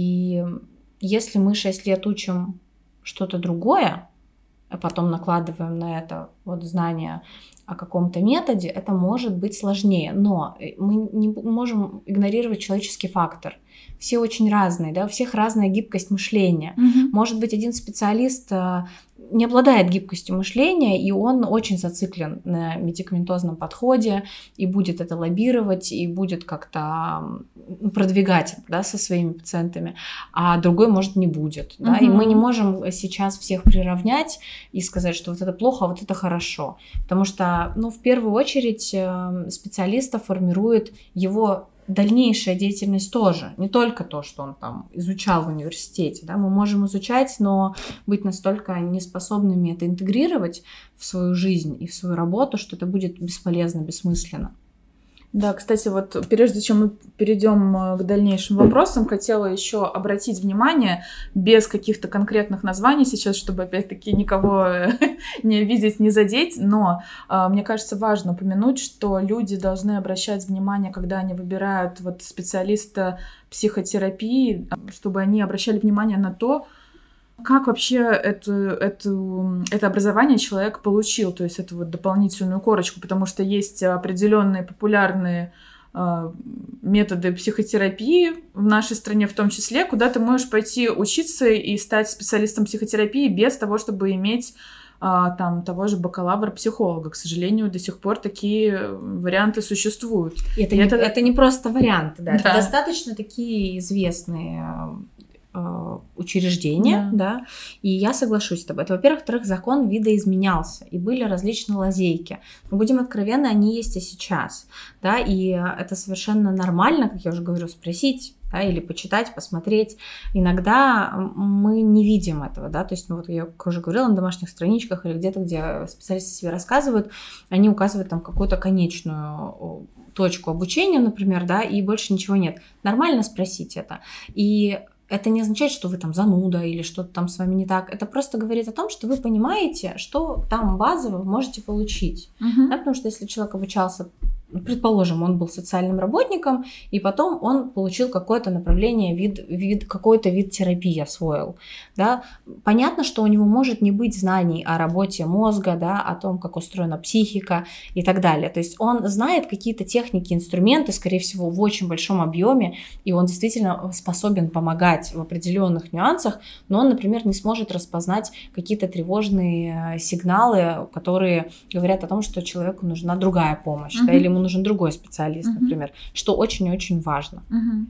И если мы шесть лет учим что-то другое, а потом накладываем на это вот знания о каком-то методе, это может быть сложнее. Но мы не можем игнорировать человеческий фактор. Все очень разные, да, у всех разная гибкость мышления. Мгм. Может быть, один специалист а, не обладает гибкостью мышления, и он очень зациклен на медикаментозном подходе, и будет это лоббировать, и будет как-то м, продвигать, да, со своими пациентами, а другой, может, не будет. Да? И Мгм. мы не можем сейчас всех приравнять и сказать, что вот это плохо, а вот это хорошо. Потому что, ну, в первую очередь, э, специалиста формирует его дальнейшая деятельность тоже, не только то, что он там изучал в университете, да, мы можем изучать, но быть настолько неспособными это интегрировать в свою жизнь и в свою работу, что это будет бесполезно, бессмысленно. Да, кстати, вот прежде чем мы перейдем к дальнейшим вопросам, хотела еще обратить внимание, без каких-то конкретных названий сейчас, чтобы опять-таки никого не обидеть, не задеть, но э, мне кажется, важно упомянуть, что люди должны обращать внимание, когда они выбирают вот специалиста психотерапии, чтобы они обращали внимание на то, как вообще эту, эту, это образование человек получил, то есть эту вот дополнительную корочку, потому что есть определенные популярные э, методы психотерапии в нашей стране в том числе, куда ты можешь пойти учиться и стать специалистом психотерапии без того, чтобы иметь э, там того же бакалавра-психолога. К сожалению, до сих пор такие варианты существуют. И это, и не, это... это не просто варианты, да, да. Это достаточно такие известные учреждения, да. да, и я соглашусь с тобой. Это, во-первых, во-вторых, закон видоизменялся, и были различные лазейки. Но будем откровенны, они есть и сейчас, да, и это совершенно нормально, как я уже говорю, спросить, да, или почитать, посмотреть. Иногда мы не видим этого, да, то есть, ну, вот я уже говорила, на домашних страничках или где-то, где специалисты себе рассказывают, они указывают там какую-то конечную точку обучения, например, да, и больше ничего нет. Нормально спросить это. И это не означает, что вы там зануда или что-то там с вами не так. Это просто говорит о том, что вы понимаете, что там базово вы можете получить. Uh-huh. Да, потому что если человек обучался, предположим, он был социальным работником, и потом он получил какое-то направление, вид, вид, какой-то вид терапии освоил. Да? Понятно, что у него может не быть знаний о работе мозга, да, о том, как устроена психика и так далее. То есть он знает какие-то техники, инструменты, скорее всего, в очень большом объеме, и он действительно способен помогать в определенных нюансах, но он, например, не сможет распознать какие-то тревожные сигналы, которые говорят о том, что человеку нужна другая помощь, uh-huh. да, или ему нужен другой специалист, uh-huh. например, что очень-очень важно. Uh-huh.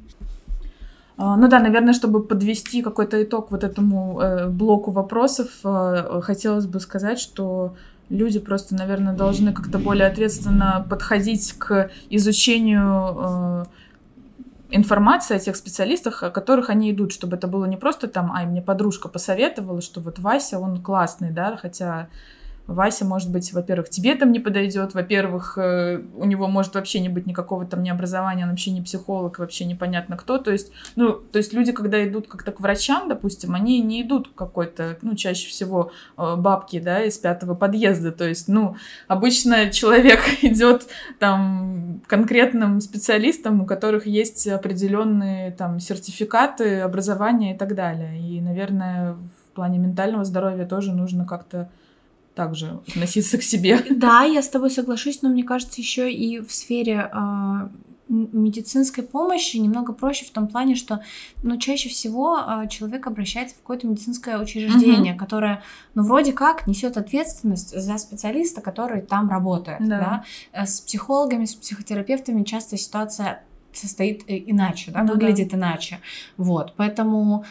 Uh, ну да, наверное, чтобы подвести какой-то итог вот этому э, блоку вопросов, э, хотелось бы сказать, что люди просто, наверное, должны как-то более ответственно подходить к изучению э, информации о тех специалистах, о которых они идут, чтобы это было не просто там, ай, мне подружка посоветовала, что вот Вася, он классный, да, хотя Вася, может быть, во-первых, тебе там не подойдет, во-первых, у него может вообще не быть никакого там ни образования, он вообще не психолог, вообще непонятно кто, то есть, ну, то есть люди, когда идут как-то к врачам, допустим, они не идут к какой-то, ну, чаще всего бабки, да, из пятого подъезда, то есть, ну, обычно человек идет там к конкретным специалистам, у которых есть определенные там сертификаты, образования и так далее, и, наверное, в плане ментального здоровья тоже нужно как-то также относиться к себе. Да, я с тобой соглашусь, но мне кажется, еще и в сфере э, медицинской помощи немного проще в том плане, что, ну, чаще всего э, человек обращается в какое-то медицинское учреждение, uh-huh. которое, ну, вроде как несет ответственность за специалиста, который там работает. Да. Да? С психологами, с психотерапевтами часто ситуация состоит иначе, да, ну, выглядит да. иначе. Вот, поэтому...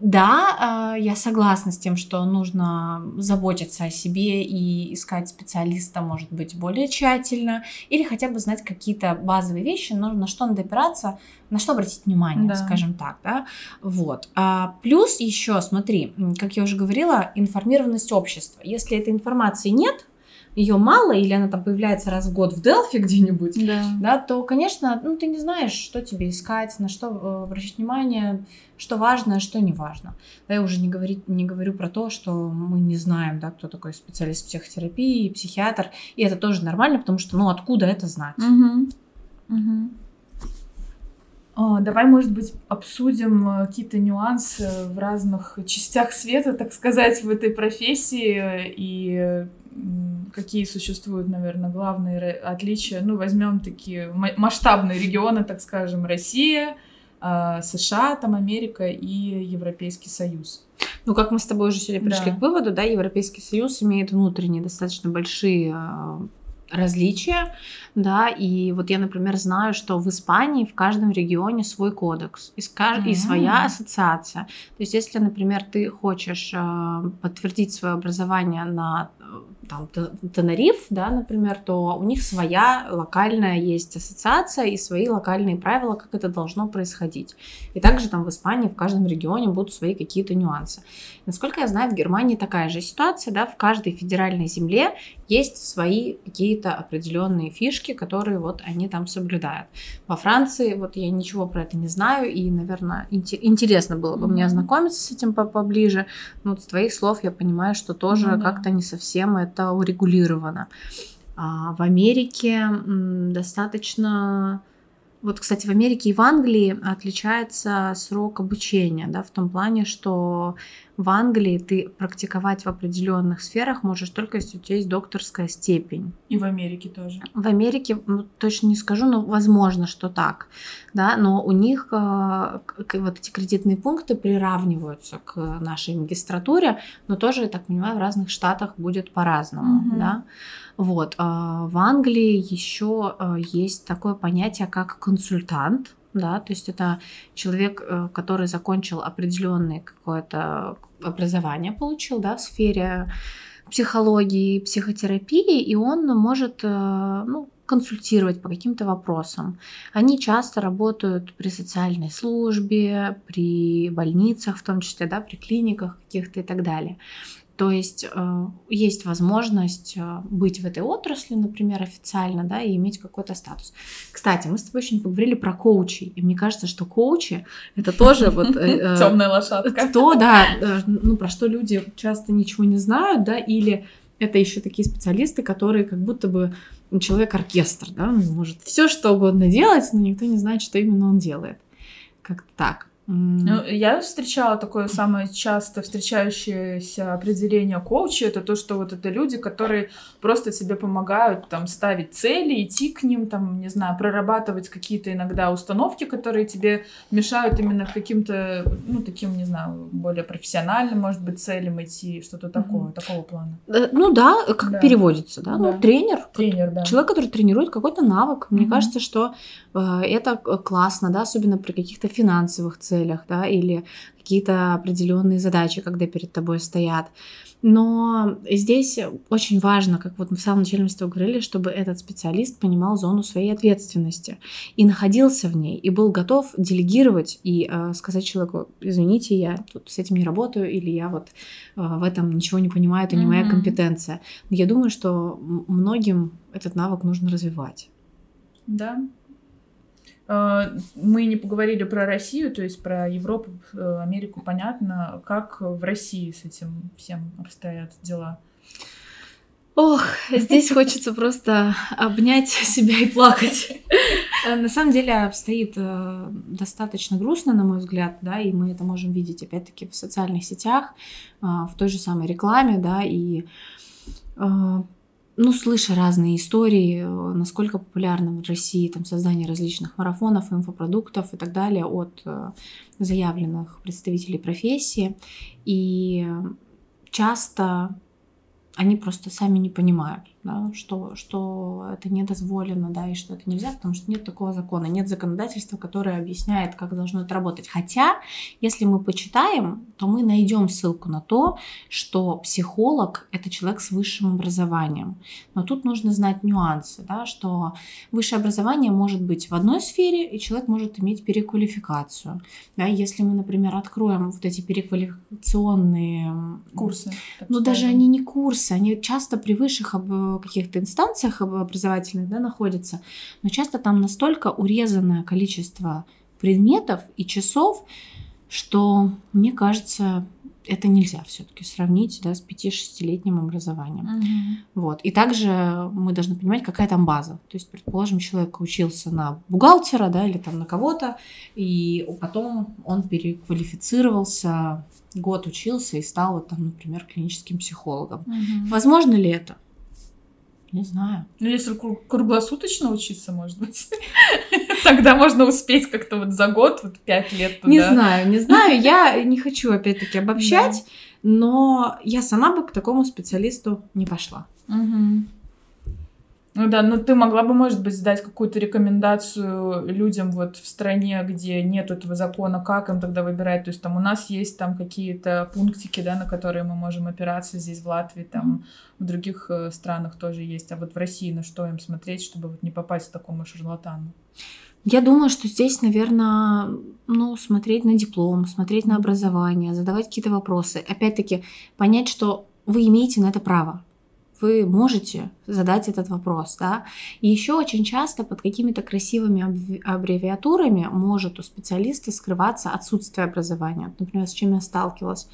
Да, я согласна с тем, что нужно заботиться о себе и искать специалиста, может быть, более тщательно, или хотя бы знать какие-то базовые вещи, но на что надо опираться, на что обратить внимание, да. скажем так, да, вот. А плюс еще, смотри, как я уже говорила, информированность общества. Если этой информации нет, ее мало, или она там появляется раз в год в Делфи где-нибудь, да. Да, то, конечно, ну, ты не знаешь, что тебе искать, на что э, обращать внимание, что важно, а что не важно. Да, я уже не, говорить, не говорю про то, что мы не знаем, да, кто такой специалист психотерапии, психиатр, и это тоже нормально, потому что, ну, откуда это знать? Угу. Угу. О, давай, может быть, обсудим какие-то нюансы в разных частях света, так сказать, в этой профессии, и какие существуют, наверное, главные отличия. Ну, возьмем такие масштабные регионы, так скажем, Россия, США, там Америка и Европейский Союз. Ну, как мы с тобой уже сегодня пришли да. к выводу, да, Европейский Союз имеет внутренние достаточно большие различия, да, и вот я, например, знаю, что в Испании в каждом регионе свой кодекс и, скаж... mm-hmm. и своя ассоциация. То есть, если, например, ты хочешь э, подтвердить свое образование на там, Тенериф, да, например, то у них своя локальная есть ассоциация и свои локальные правила, как это должно происходить. И также там в Испании в каждом регионе будут свои какие-то нюансы. Насколько я знаю, в Германии такая же ситуация, да, в каждой федеральной земле есть свои какие-то определенные фишки, которые вот они там соблюдают. Во Франции вот я ничего про это не знаю, и, наверное, интересно было бы mm-hmm. мне ознакомиться с этим поближе. Но вот с твоих слов я понимаю, что тоже mm-hmm. как-то не совсем это урегулировано. А в Америке м, достаточно... Вот, кстати, в Америке и в Англии отличается срок обучения, да, в том плане, что в Англии ты практиковать в определенных сферах можешь только если у тебя есть докторская степень. И в Америке тоже. В Америке, ну, точно не скажу, но возможно, что так, да, но у них э, вот эти кредитные пункты приравниваются к нашей магистратуре, но тоже, я так понимаю, в разных штатах будет по-разному, mm-hmm. да. Вот. В Англии еще есть такое понятие, как консультант, да, то есть это человек, который закончил определенное какое-то образование, получил, да, в сфере психологии, психотерапии, и он может, ну, консультировать по каким-то вопросам. Они часто работают при социальной службе, при больницах, в том числе, да, при клиниках каких-то и так далее. То есть э, есть возможность э, быть в этой отрасли, например, официально, да, и иметь какой-то статус. Кстати, мы с тобой еще не поговорили про коучей, и мне кажется, что коучи это тоже вот темная лошадка. То, да, ну про что люди часто ничего не знают, да, или это еще такие специалисты, которые как будто бы человек-оркестр, да, он может все что угодно делать, но никто не знает, что именно он делает. Как-то так. Ну, я встречала такое самое часто встречающееся определение коуча, это то, что вот это люди, которые просто тебе помогают там ставить цели, идти к ним, там, не знаю, прорабатывать какие-то иногда установки, которые тебе мешают именно к каким-то, ну, таким, не знаю, более профессиональным, может быть, целям идти, что-то такое, mm-hmm. такого плана. Ну да, как да. переводится, да? да, ну тренер, тренер, да. Человек, который тренирует какой-то навык. Мне mm-hmm. кажется, что э, это классно, да, особенно при каких-то финансовых целях, да, или какие-то определенные задачи, когда перед тобой стоят. Но здесь очень важно, как вот мы в самом начале мы с тобой говорили, чтобы этот специалист понимал зону своей ответственности и находился в ней, и был готов делегировать и э, сказать человеку: извините, я тут с этим не работаю, или я вот э, в этом ничего не понимаю, это не mm-hmm. моя компетенция. Но я думаю, что многим этот навык нужно развивать. Да. Мы не поговорили про Россию, то есть про Европу, Америку, понятно. Как в России с этим всем обстоят дела? Ох, здесь хочется просто обнять себя и плакать. На самом деле обстоит достаточно грустно, на мой взгляд, да, и мы это можем видеть, опять-таки, в социальных сетях, в той же самой рекламе, да, и... Ну, слыша разные истории, насколько популярно в России там создание различных марафонов, инфопродуктов и так далее от заявленных представителей профессии. И часто они просто сами не понимают, да, что, что это не дозволено, да, и что это нельзя, потому что нет такого закона, нет законодательства, которое объясняет, как должно это работать. Хотя, если мы почитаем, то мы найдем ссылку на то, что психолог — это человек с высшим образованием. Но тут нужно знать нюансы, да, что высшее образование может быть в одной сфере, и человек может иметь переквалификацию. Да, если мы, например, откроем вот эти переквалификационные курсы, ну, даже они не курсы, они часто при высших каких-то инстанциях образовательных, да, находятся, но часто там настолько урезанное количество предметов и часов, что, мне кажется, это нельзя все-таки сравнить, да, с пяти-шестилетним образованием. Mm-hmm. Вот. И также мы должны понимать, какая там база. То есть, предположим, человек учился на бухгалтера, да, или там на кого-то, и потом он переквалифицировался, год учился и стал, вот, там, например, клиническим психологом. Mm-hmm. Возможно ли это? Не знаю. Ну, если круглосуточно учиться, может быть, тогда можно успеть как-то вот за год, вот пять лет туда. Не знаю, не знаю. Я не хочу, опять-таки, обобщать, но я сама бы к такому специалисту не пошла. Ну да, но ты могла бы, может быть, дать какую-то рекомендацию людям вот в стране, где нет этого закона, как им тогда выбирать. То есть там у нас есть там какие-то пунктики, да, на которые мы можем опираться здесь, в Латвии, там mm-hmm. в других э, странах тоже есть. А вот в России на что им смотреть, чтобы вот не попасть к такому шарлатану? Я думаю, что здесь, наверное, ну, смотреть на диплом, смотреть на образование, задавать какие-то вопросы. Опять-таки, понять, что вы имеете на это право. вы можете задать этот вопрос, да. И еще очень часто под какими-то красивыми аббревиатурами может у специалиста скрываться отсутствие образования. Например, с чем я сталкивалась.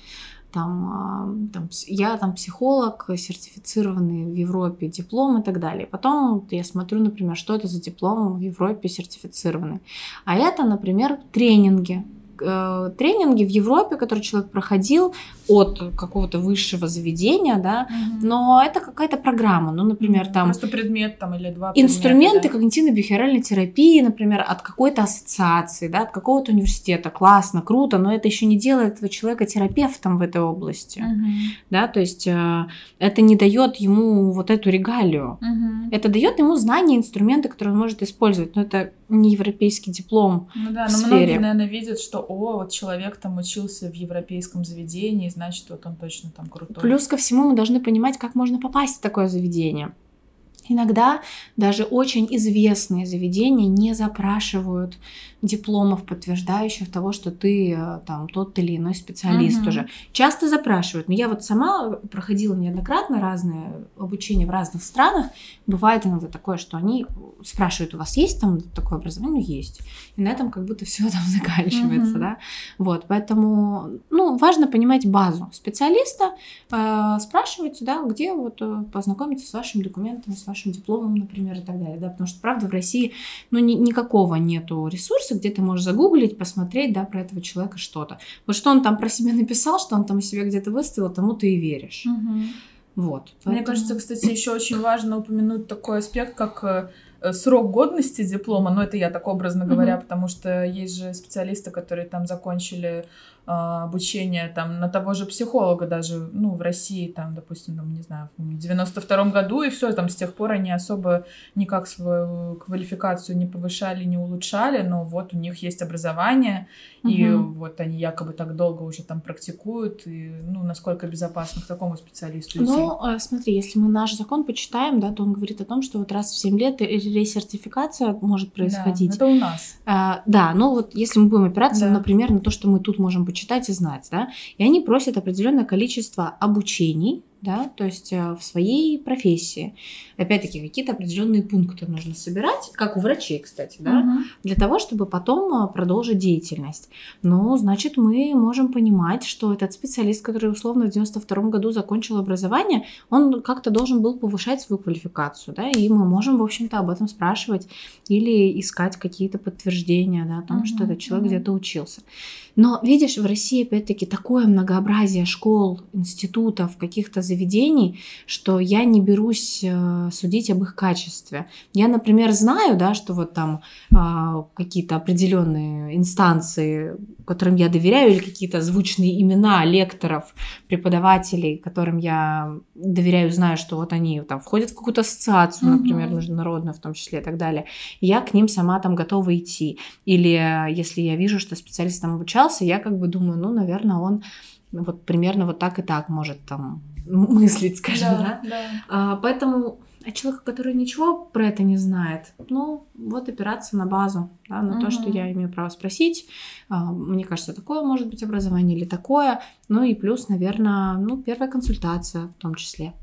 Там, там, я там психолог, сертифицированный в Европе, диплом и так далее. Потом я смотрю, например, что это за диплом в Европе сертифицированный. А это, например, тренинги. Тренинги в Европе, которые человек проходил от какого-то высшего заведения, да, угу. но это какая-то программа, ну, например, там... Просто предмет там или два предмета. Инструменты да? когнитивно-бихевиоральной терапии, например, от какой-то ассоциации, да, от какого-то университета. Классно, круто, но это еще не делает этого человека терапевтом в этой области, угу. да, то есть э, это не дает ему вот эту регалию. Угу. Это дает ему знания, инструменты, которые он может использовать, но это не европейский диплом ну да, в но сфере. Многие, наверное, видят, что о, вот человек там учился в европейском заведении, значит, вот он точно там крутой. Плюс ко всему мы должны понимать, как можно попасть в такое заведение. Иногда даже очень известные заведения не запрашивают дипломов, подтверждающих того, что ты там тот или иной специалист uh-huh. уже. Часто запрашивают. Но я вот сама проходила неоднократно разное обучение в разных странах. Бывает иногда такое, что они спрашивают, у вас есть там такое образование? Ну, есть. И на этом как будто все там заканчивается, uh-huh. да. Вот, поэтому, ну, важно понимать базу специалиста. Э, спрашивайте, да, где вот познакомиться с вашими документами, с вашим дипломом, например, и так далее, да, потому что, правда, в России, ну, ни, никакого нету ресурса, где ты можешь загуглить, посмотреть, да, про этого человека что-то. Вот что он там про себя написал, что он там о себе где-то выставил, тому ты и веришь. Угу. Вот. Поэтому... Мне кажется, кстати, еще очень важно упомянуть такой аспект, как срок годности диплома, но это я так образно говоря, угу. потому что есть же специалисты, которые там закончили обучение там на того же психолога даже, ну, в России, там, допустим, там, не знаю, в девяносто втором году, и все, там, с тех пор они особо никак свою квалификацию не повышали, не улучшали, но вот у них есть образование, угу. и вот они якобы так долго уже там практикуют, и, ну, насколько безопасно к такому специалисту идти? Ну, смотри, если мы наш закон почитаем, да, то он говорит о том, что вот раз в семь лет ресертификация может происходить. Да, это у нас. А, да, но вот если мы будем опираться, да. например, на то, что мы тут можем почитать и знать, да, и они просят определенное количество обучений, да, то есть в своей профессии. Опять-таки, какие-то определенные пункты нужно собирать, как у врачей, кстати, да, угу. для того, чтобы потом продолжить деятельность. Ну, значит, мы можем понимать, что этот специалист, который условно в девяносто втором году закончил образование, он как-то должен был повышать свою квалификацию, да, и мы можем, в общем-то, об этом спрашивать или искать какие-то подтверждения, да, о том, угу. что этот человек угу. где-то учился. Но, видишь, в России, опять-таки, такое многообразие школ, институтов, каких-то заведений, что я не берусь э, судить об их качестве. Я, например, знаю, да, что вот там э, какие-то определенные инстанции, которым я доверяю, или какие-то звучные имена лекторов, преподавателей, которым я доверяю, знаю, что вот они там входят в какую-то ассоциацию, mm-hmm. например, международную в том числе и так далее. И я к ним сама там готова идти. Или если я вижу, что специалист там обучался, я как бы думаю, ну, наверное, он вот примерно вот так и так может там мыслить, скажем, да. да? да. А, поэтому а человек, который ничего про это не знает, ну, вот опираться на базу, да, на угу. то, что я имею право спросить. А, мне кажется, такое может быть образование или такое. Ну и плюс, наверное, ну, первая консультация в том числе.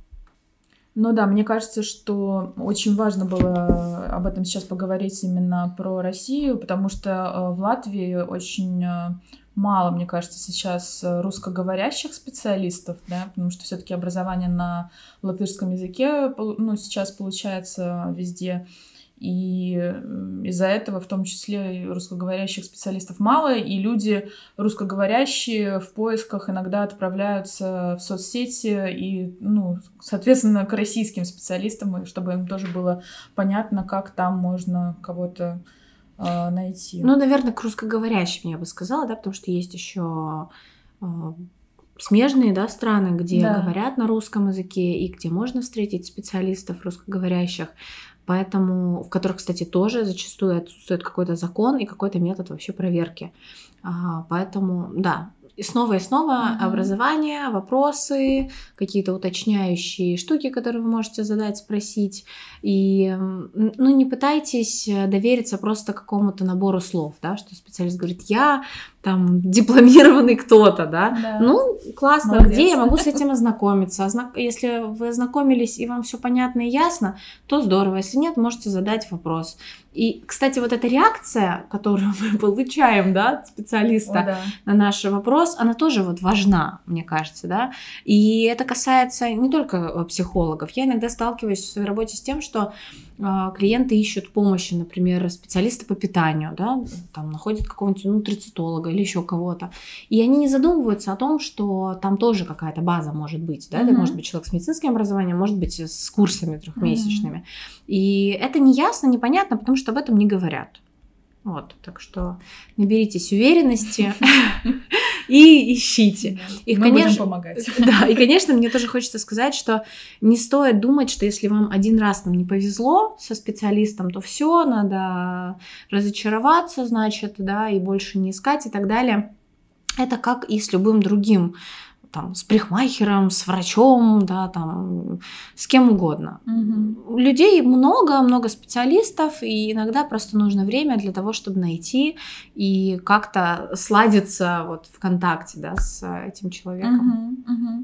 Ну да, мне кажется, что очень важно было об этом сейчас поговорить именно про Россию, потому что в Латвии очень мало, мне кажется, сейчас русскоговорящих специалистов, да, потому что все-таки образование на латышском языке, ну, сейчас получается везде. И из-за этого в том числе русскоговорящих специалистов мало, и люди русскоговорящие в поисках иногда отправляются в соцсети и, ну, соответственно, к российским специалистам, чтобы им тоже было понятно, как там можно кого-то э, найти. Ну, наверное, к русскоговорящим я бы сказала, да, потому что есть еще э, смежные, да, страны, где да. говорят на русском языке и где можно встретить специалистов русскоговорящих. Поэтому, в которых, кстати, тоже зачастую отсутствует какой-то закон и какой-то метод вообще проверки. А, поэтому, да, и снова и снова mm-hmm. образование, вопросы, какие-то уточняющие штуки, которые вы можете задать, спросить. И, ну, не пытайтесь довериться просто какому-то набору слов, да, что специалист говорит, я там дипломированный кто-то, да? Да. Ну, классно, Молодец. где я могу с этим ознакомиться? Озна- Если вы ознакомились и вам все понятно и ясно, то здорово. Если нет, можете задать вопрос. И, кстати, вот эта реакция, которую мы получаем, да, от специалиста О, да. на наш вопрос, она тоже вот важна, мне кажется, да. И это касается не только психологов. Я иногда сталкиваюсь в своей работе с тем, что э, клиенты ищут помощи, например, специалиста по питанию, да, там находят какого-нибудь нутрициолога или еще кого-то. И они не задумываются о том, что там тоже какая-то база может быть, да, это Мгм. может быть человек с медицинским образованием, может быть с курсами трехмесячными. И это неясно, непонятно, потому что об этом не говорят. Вот, так что наберитесь уверенности и ищите. И, Мы будем конечно, помогать. да, и, конечно, мне тоже хочется сказать, что не стоит думать, что если вам один раз там не повезло со специалистом, то все, надо разочароваться, значит, да, и больше не искать и так далее. Это как и с любым другим, там, с парикмахером, с врачом, да, там, с кем угодно. Мгм. Людей много, много специалистов, и иногда просто нужно время для того, чтобы найти и как-то сладиться вот в контакте, да, с этим человеком. Мгм, мгм.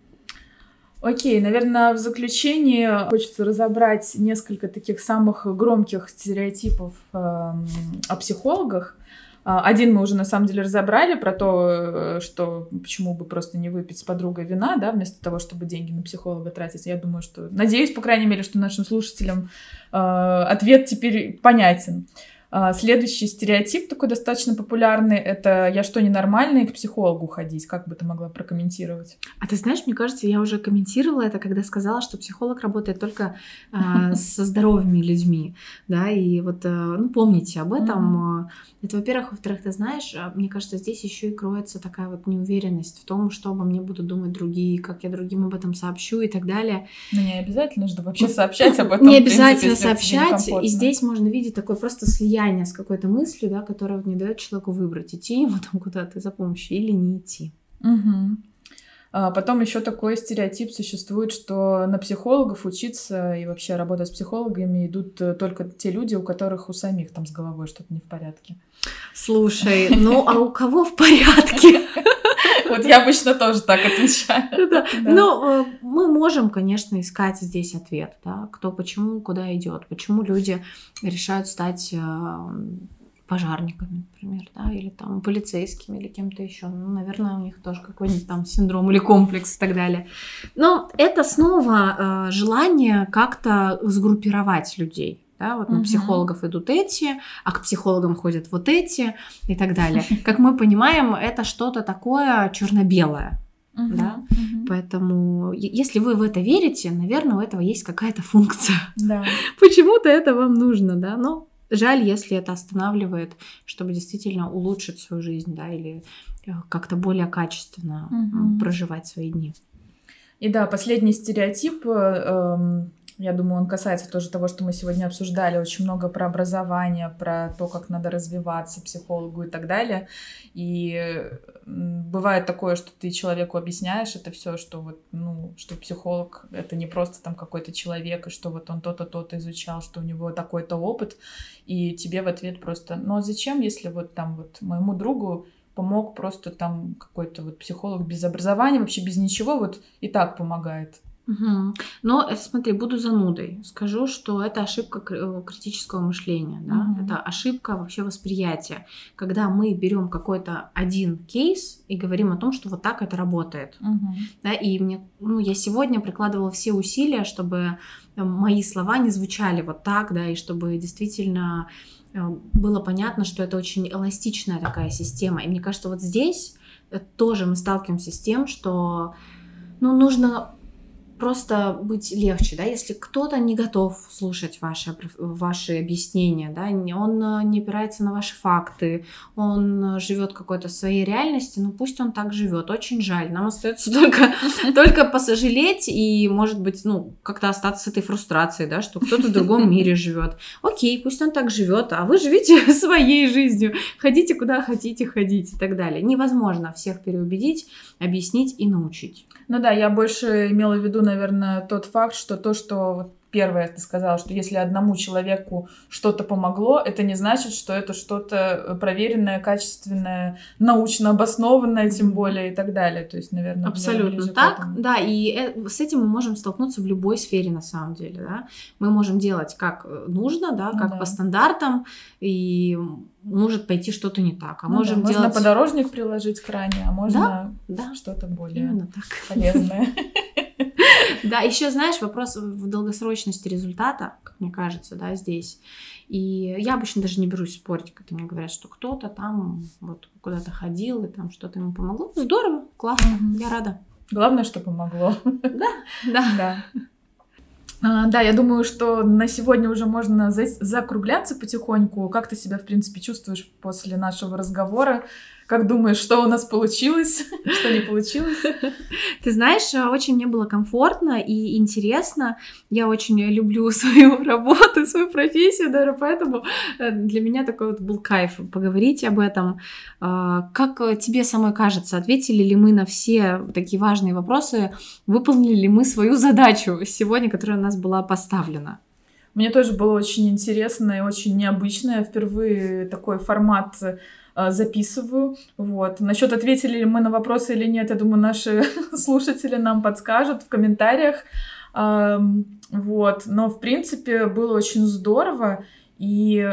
Окей, наверное, в заключение хочется разобрать несколько таких самых громких стереотипов эм, о психологах. А, Один мы уже на самом деле разобрали про то, э, что почему бы просто не выпить с подругой вина, да, вместо того, чтобы деньги на психолога тратить. Я думаю, что, надеюсь, по крайней мере, что нашим слушателям э, ответ теперь понятен. А, Следующий стереотип такой достаточно популярный — это «я что, ненормальная, к психологу ходить?» Как бы ты могла прокомментировать? А ты знаешь, мне кажется, я уже комментировала это, когда сказала, что психолог работает только а, со здоровыми людьми, да, и вот, а, ну, помните об этом. Мгм. Это, во-первых. Во-вторых, ты знаешь, а, мне кажется, здесь еще и кроется такая вот неуверенность в том, что обо мне будут думать другие, как я другим об этом сообщу и так далее. Ну, не обязательно же вообще сообщать об этом. Не в принципе, обязательно если это тебе сообщать, некомфортно. и здесь можно видеть такое просто слияние с какой-то мыслью, да, которая вот не дает человеку выбрать, идти ему там куда-то за помощью или не идти. Мгм. А Потом еще такой стереотип существует, что на психологов учиться и вообще работать с психологами идут э, только те люди, у которых у самих там с головой что-то не в порядке. Слушай, ну а у кого в порядке? Вот я обычно тоже так отвечаю. Да. Да. Ну, э, мы можем, конечно, искать здесь ответ, да, кто почему, куда идет, почему люди решают стать э, пожарниками, например, да, или там полицейскими, или кем-то еще. Ну, наверное, у них тоже какой-нибудь там синдром или комплекс и так далее. Но это снова э, желание как-то сгруппировать людей. Да, вот на Мгм. психологов идут эти, а к психологам ходят вот эти и так далее. Как мы понимаем, это что-то такое черно-белое. Мгм. Да. Мгм. Поэтому, е- если вы в это верите, наверное, у этого есть какая-то функция. Да. Почему-то это вам нужно, да, но жаль, если это останавливает, чтобы действительно улучшить свою жизнь, да, или э, как-то более качественно м, Мгм. проживать свои дни. И да, последний стереотип, э, эм, я думаю, он касается тоже того, что мы сегодня обсуждали, очень много про образование, про то, как надо развиваться психологу и так далее. И м, бывает такое, что ты человеку объясняешь это все, что вот, ну, что психолог — это не просто там какой-то человек, и что вот он то-то, то-то изучал, что у него такой-то опыт, и тебе в ответ просто: ну а зачем, если вот там вот моему другу помог просто там какой-то вот психолог без образования, вообще без ничего, вот и так помогает. Мгм. Но э, смотри, буду занудой. Скажу, что это ошибка кр- э, критического мышления, да? Мгм. Это ошибка вообще восприятия. Когда мы берем какой-то один кейс и говорим о том, что вот так это работает. Мгм. Да? И мне, ну, я сегодня прикладывала все усилия, чтобы э, мои слова не звучали вот так, да, и чтобы действительно э, было понятно, что это очень эластичная такая система. И мне кажется, вот здесь э, тоже мы сталкиваемся с тем, что, ну, нужно просто быть легче, да, если кто-то не готов слушать ваши, опр- ваши объяснения, да, не- он э, не опирается на ваши факты, он живет какой-то своей реальности, ну пусть он так живет, очень жаль, нам остается только, только посожалеть и, может быть, ну, как-то остаться с этой фрустрацией, да, что кто-то в другом мире живет. Окей, пусть он так живет, а вы живите своей жизнью, ходите куда хотите ходить и так далее. Невозможно всех переубедить, объяснить и научить. Ну да, я больше имела в виду, наверное, тот факт, что то, что вот первое ты сказала, что если одному человеку что-то помогло, это не значит, что это что-то проверенное, качественное, научно обоснованное, тем более, и так далее. То есть, наверное, абсолютно так, да, и с этим мы можем столкнуться в любой сфере, на самом деле, да. Мы можем делать как нужно, да, как ну, по да. стандартам, и может пойти что-то не так. А ну, можем да, делать... Можно подорожник приложить к ране, а можно да, да. что-то более Именно так. полезное. Да, еще, знаешь, вопрос в долгосрочности результата, как мне кажется, да, здесь. И я обычно даже не берусь спорить, когда мне говорят, что кто-то там вот куда-то ходил, и там что-то ему помогло. Здорово, классно, mm-hmm. я рада. Главное, что помогло. Да, да. Да. А, да, я думаю, что на сегодня уже можно за- закругляться потихоньку. Как ты себя, в принципе, чувствуешь после нашего разговора? Как думаешь, что у нас получилось, что не получилось? Ты знаешь, очень мне было комфортно и интересно. Я очень люблю свою работу, свою профессию, даже поэтому для меня такой вот был кайф поговорить об этом. Как тебе самой кажется, ответили ли мы на все такие важные вопросы? Выполнили ли мы свою задачу сегодня, которая у нас была поставлена? Мне тоже было очень интересно и очень необычно. Я впервые такой формат записываю. Вот. Насчет ответили ли мы на вопросы или нет, я думаю, наши слушатели нам подскажут в комментариях. Вот. Но, в принципе, было очень здорово, и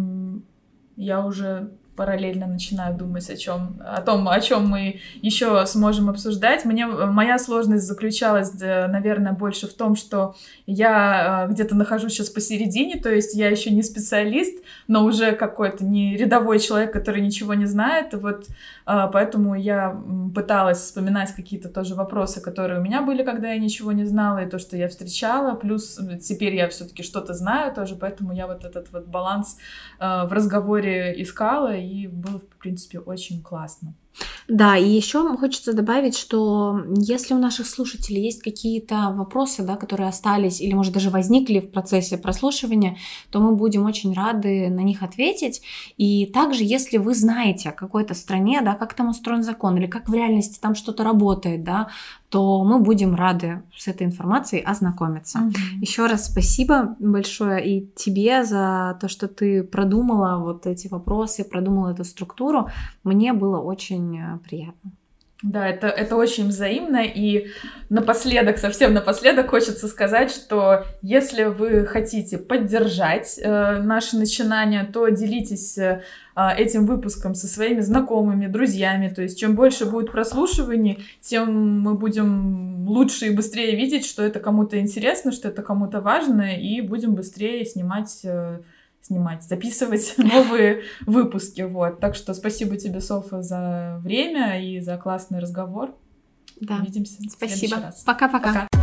я уже параллельно начинаю думать о чем, о том, о чем мы еще сможем обсуждать. Мне, моя сложность заключалась, наверное, больше в том, что я где-то нахожусь сейчас посередине, то есть я еще не специалист, но уже какой-то не рядовой человек, который ничего не знает. Вот поэтому я пыталась вспоминать какие-то тоже вопросы, которые у меня были, когда я ничего не знала, и то, что я встречала. Плюс теперь я все-таки что-то знаю тоже, поэтому я вот этот вот баланс в разговоре искала, и было, в принципе, очень классно. Да, и еще хочется добавить, что если у наших слушателей есть какие-то вопросы, да, которые остались или, может, даже возникли в процессе прослушивания, то мы будем очень рады на них ответить. И также, если вы знаете о какой-то стране, да, как там устроен закон или как в реальности там что-то работает, да, то мы будем рады с этой информацией ознакомиться. Mm-hmm. Еще раз спасибо большое и тебе за то, что ты продумала вот эти вопросы, продумала эту структуру. Мне было очень приятно. Да, это, это очень взаимно, и напоследок, совсем напоследок хочется сказать, что если вы хотите поддержать э, наши начинания, то делитесь э, этим выпуском со своими знакомыми, друзьями, то есть чем больше будет прослушиваний, тем мы будем лучше и быстрее видеть, что это кому-то интересно, что это кому-то важно, и будем быстрее снимать э, снимать, записывать новые выпуски, вот. Так что спасибо тебе, Софа, за время и за классный разговор. Да. Увидимся в Спасибо. следующий раз. Пока-пока. Пока.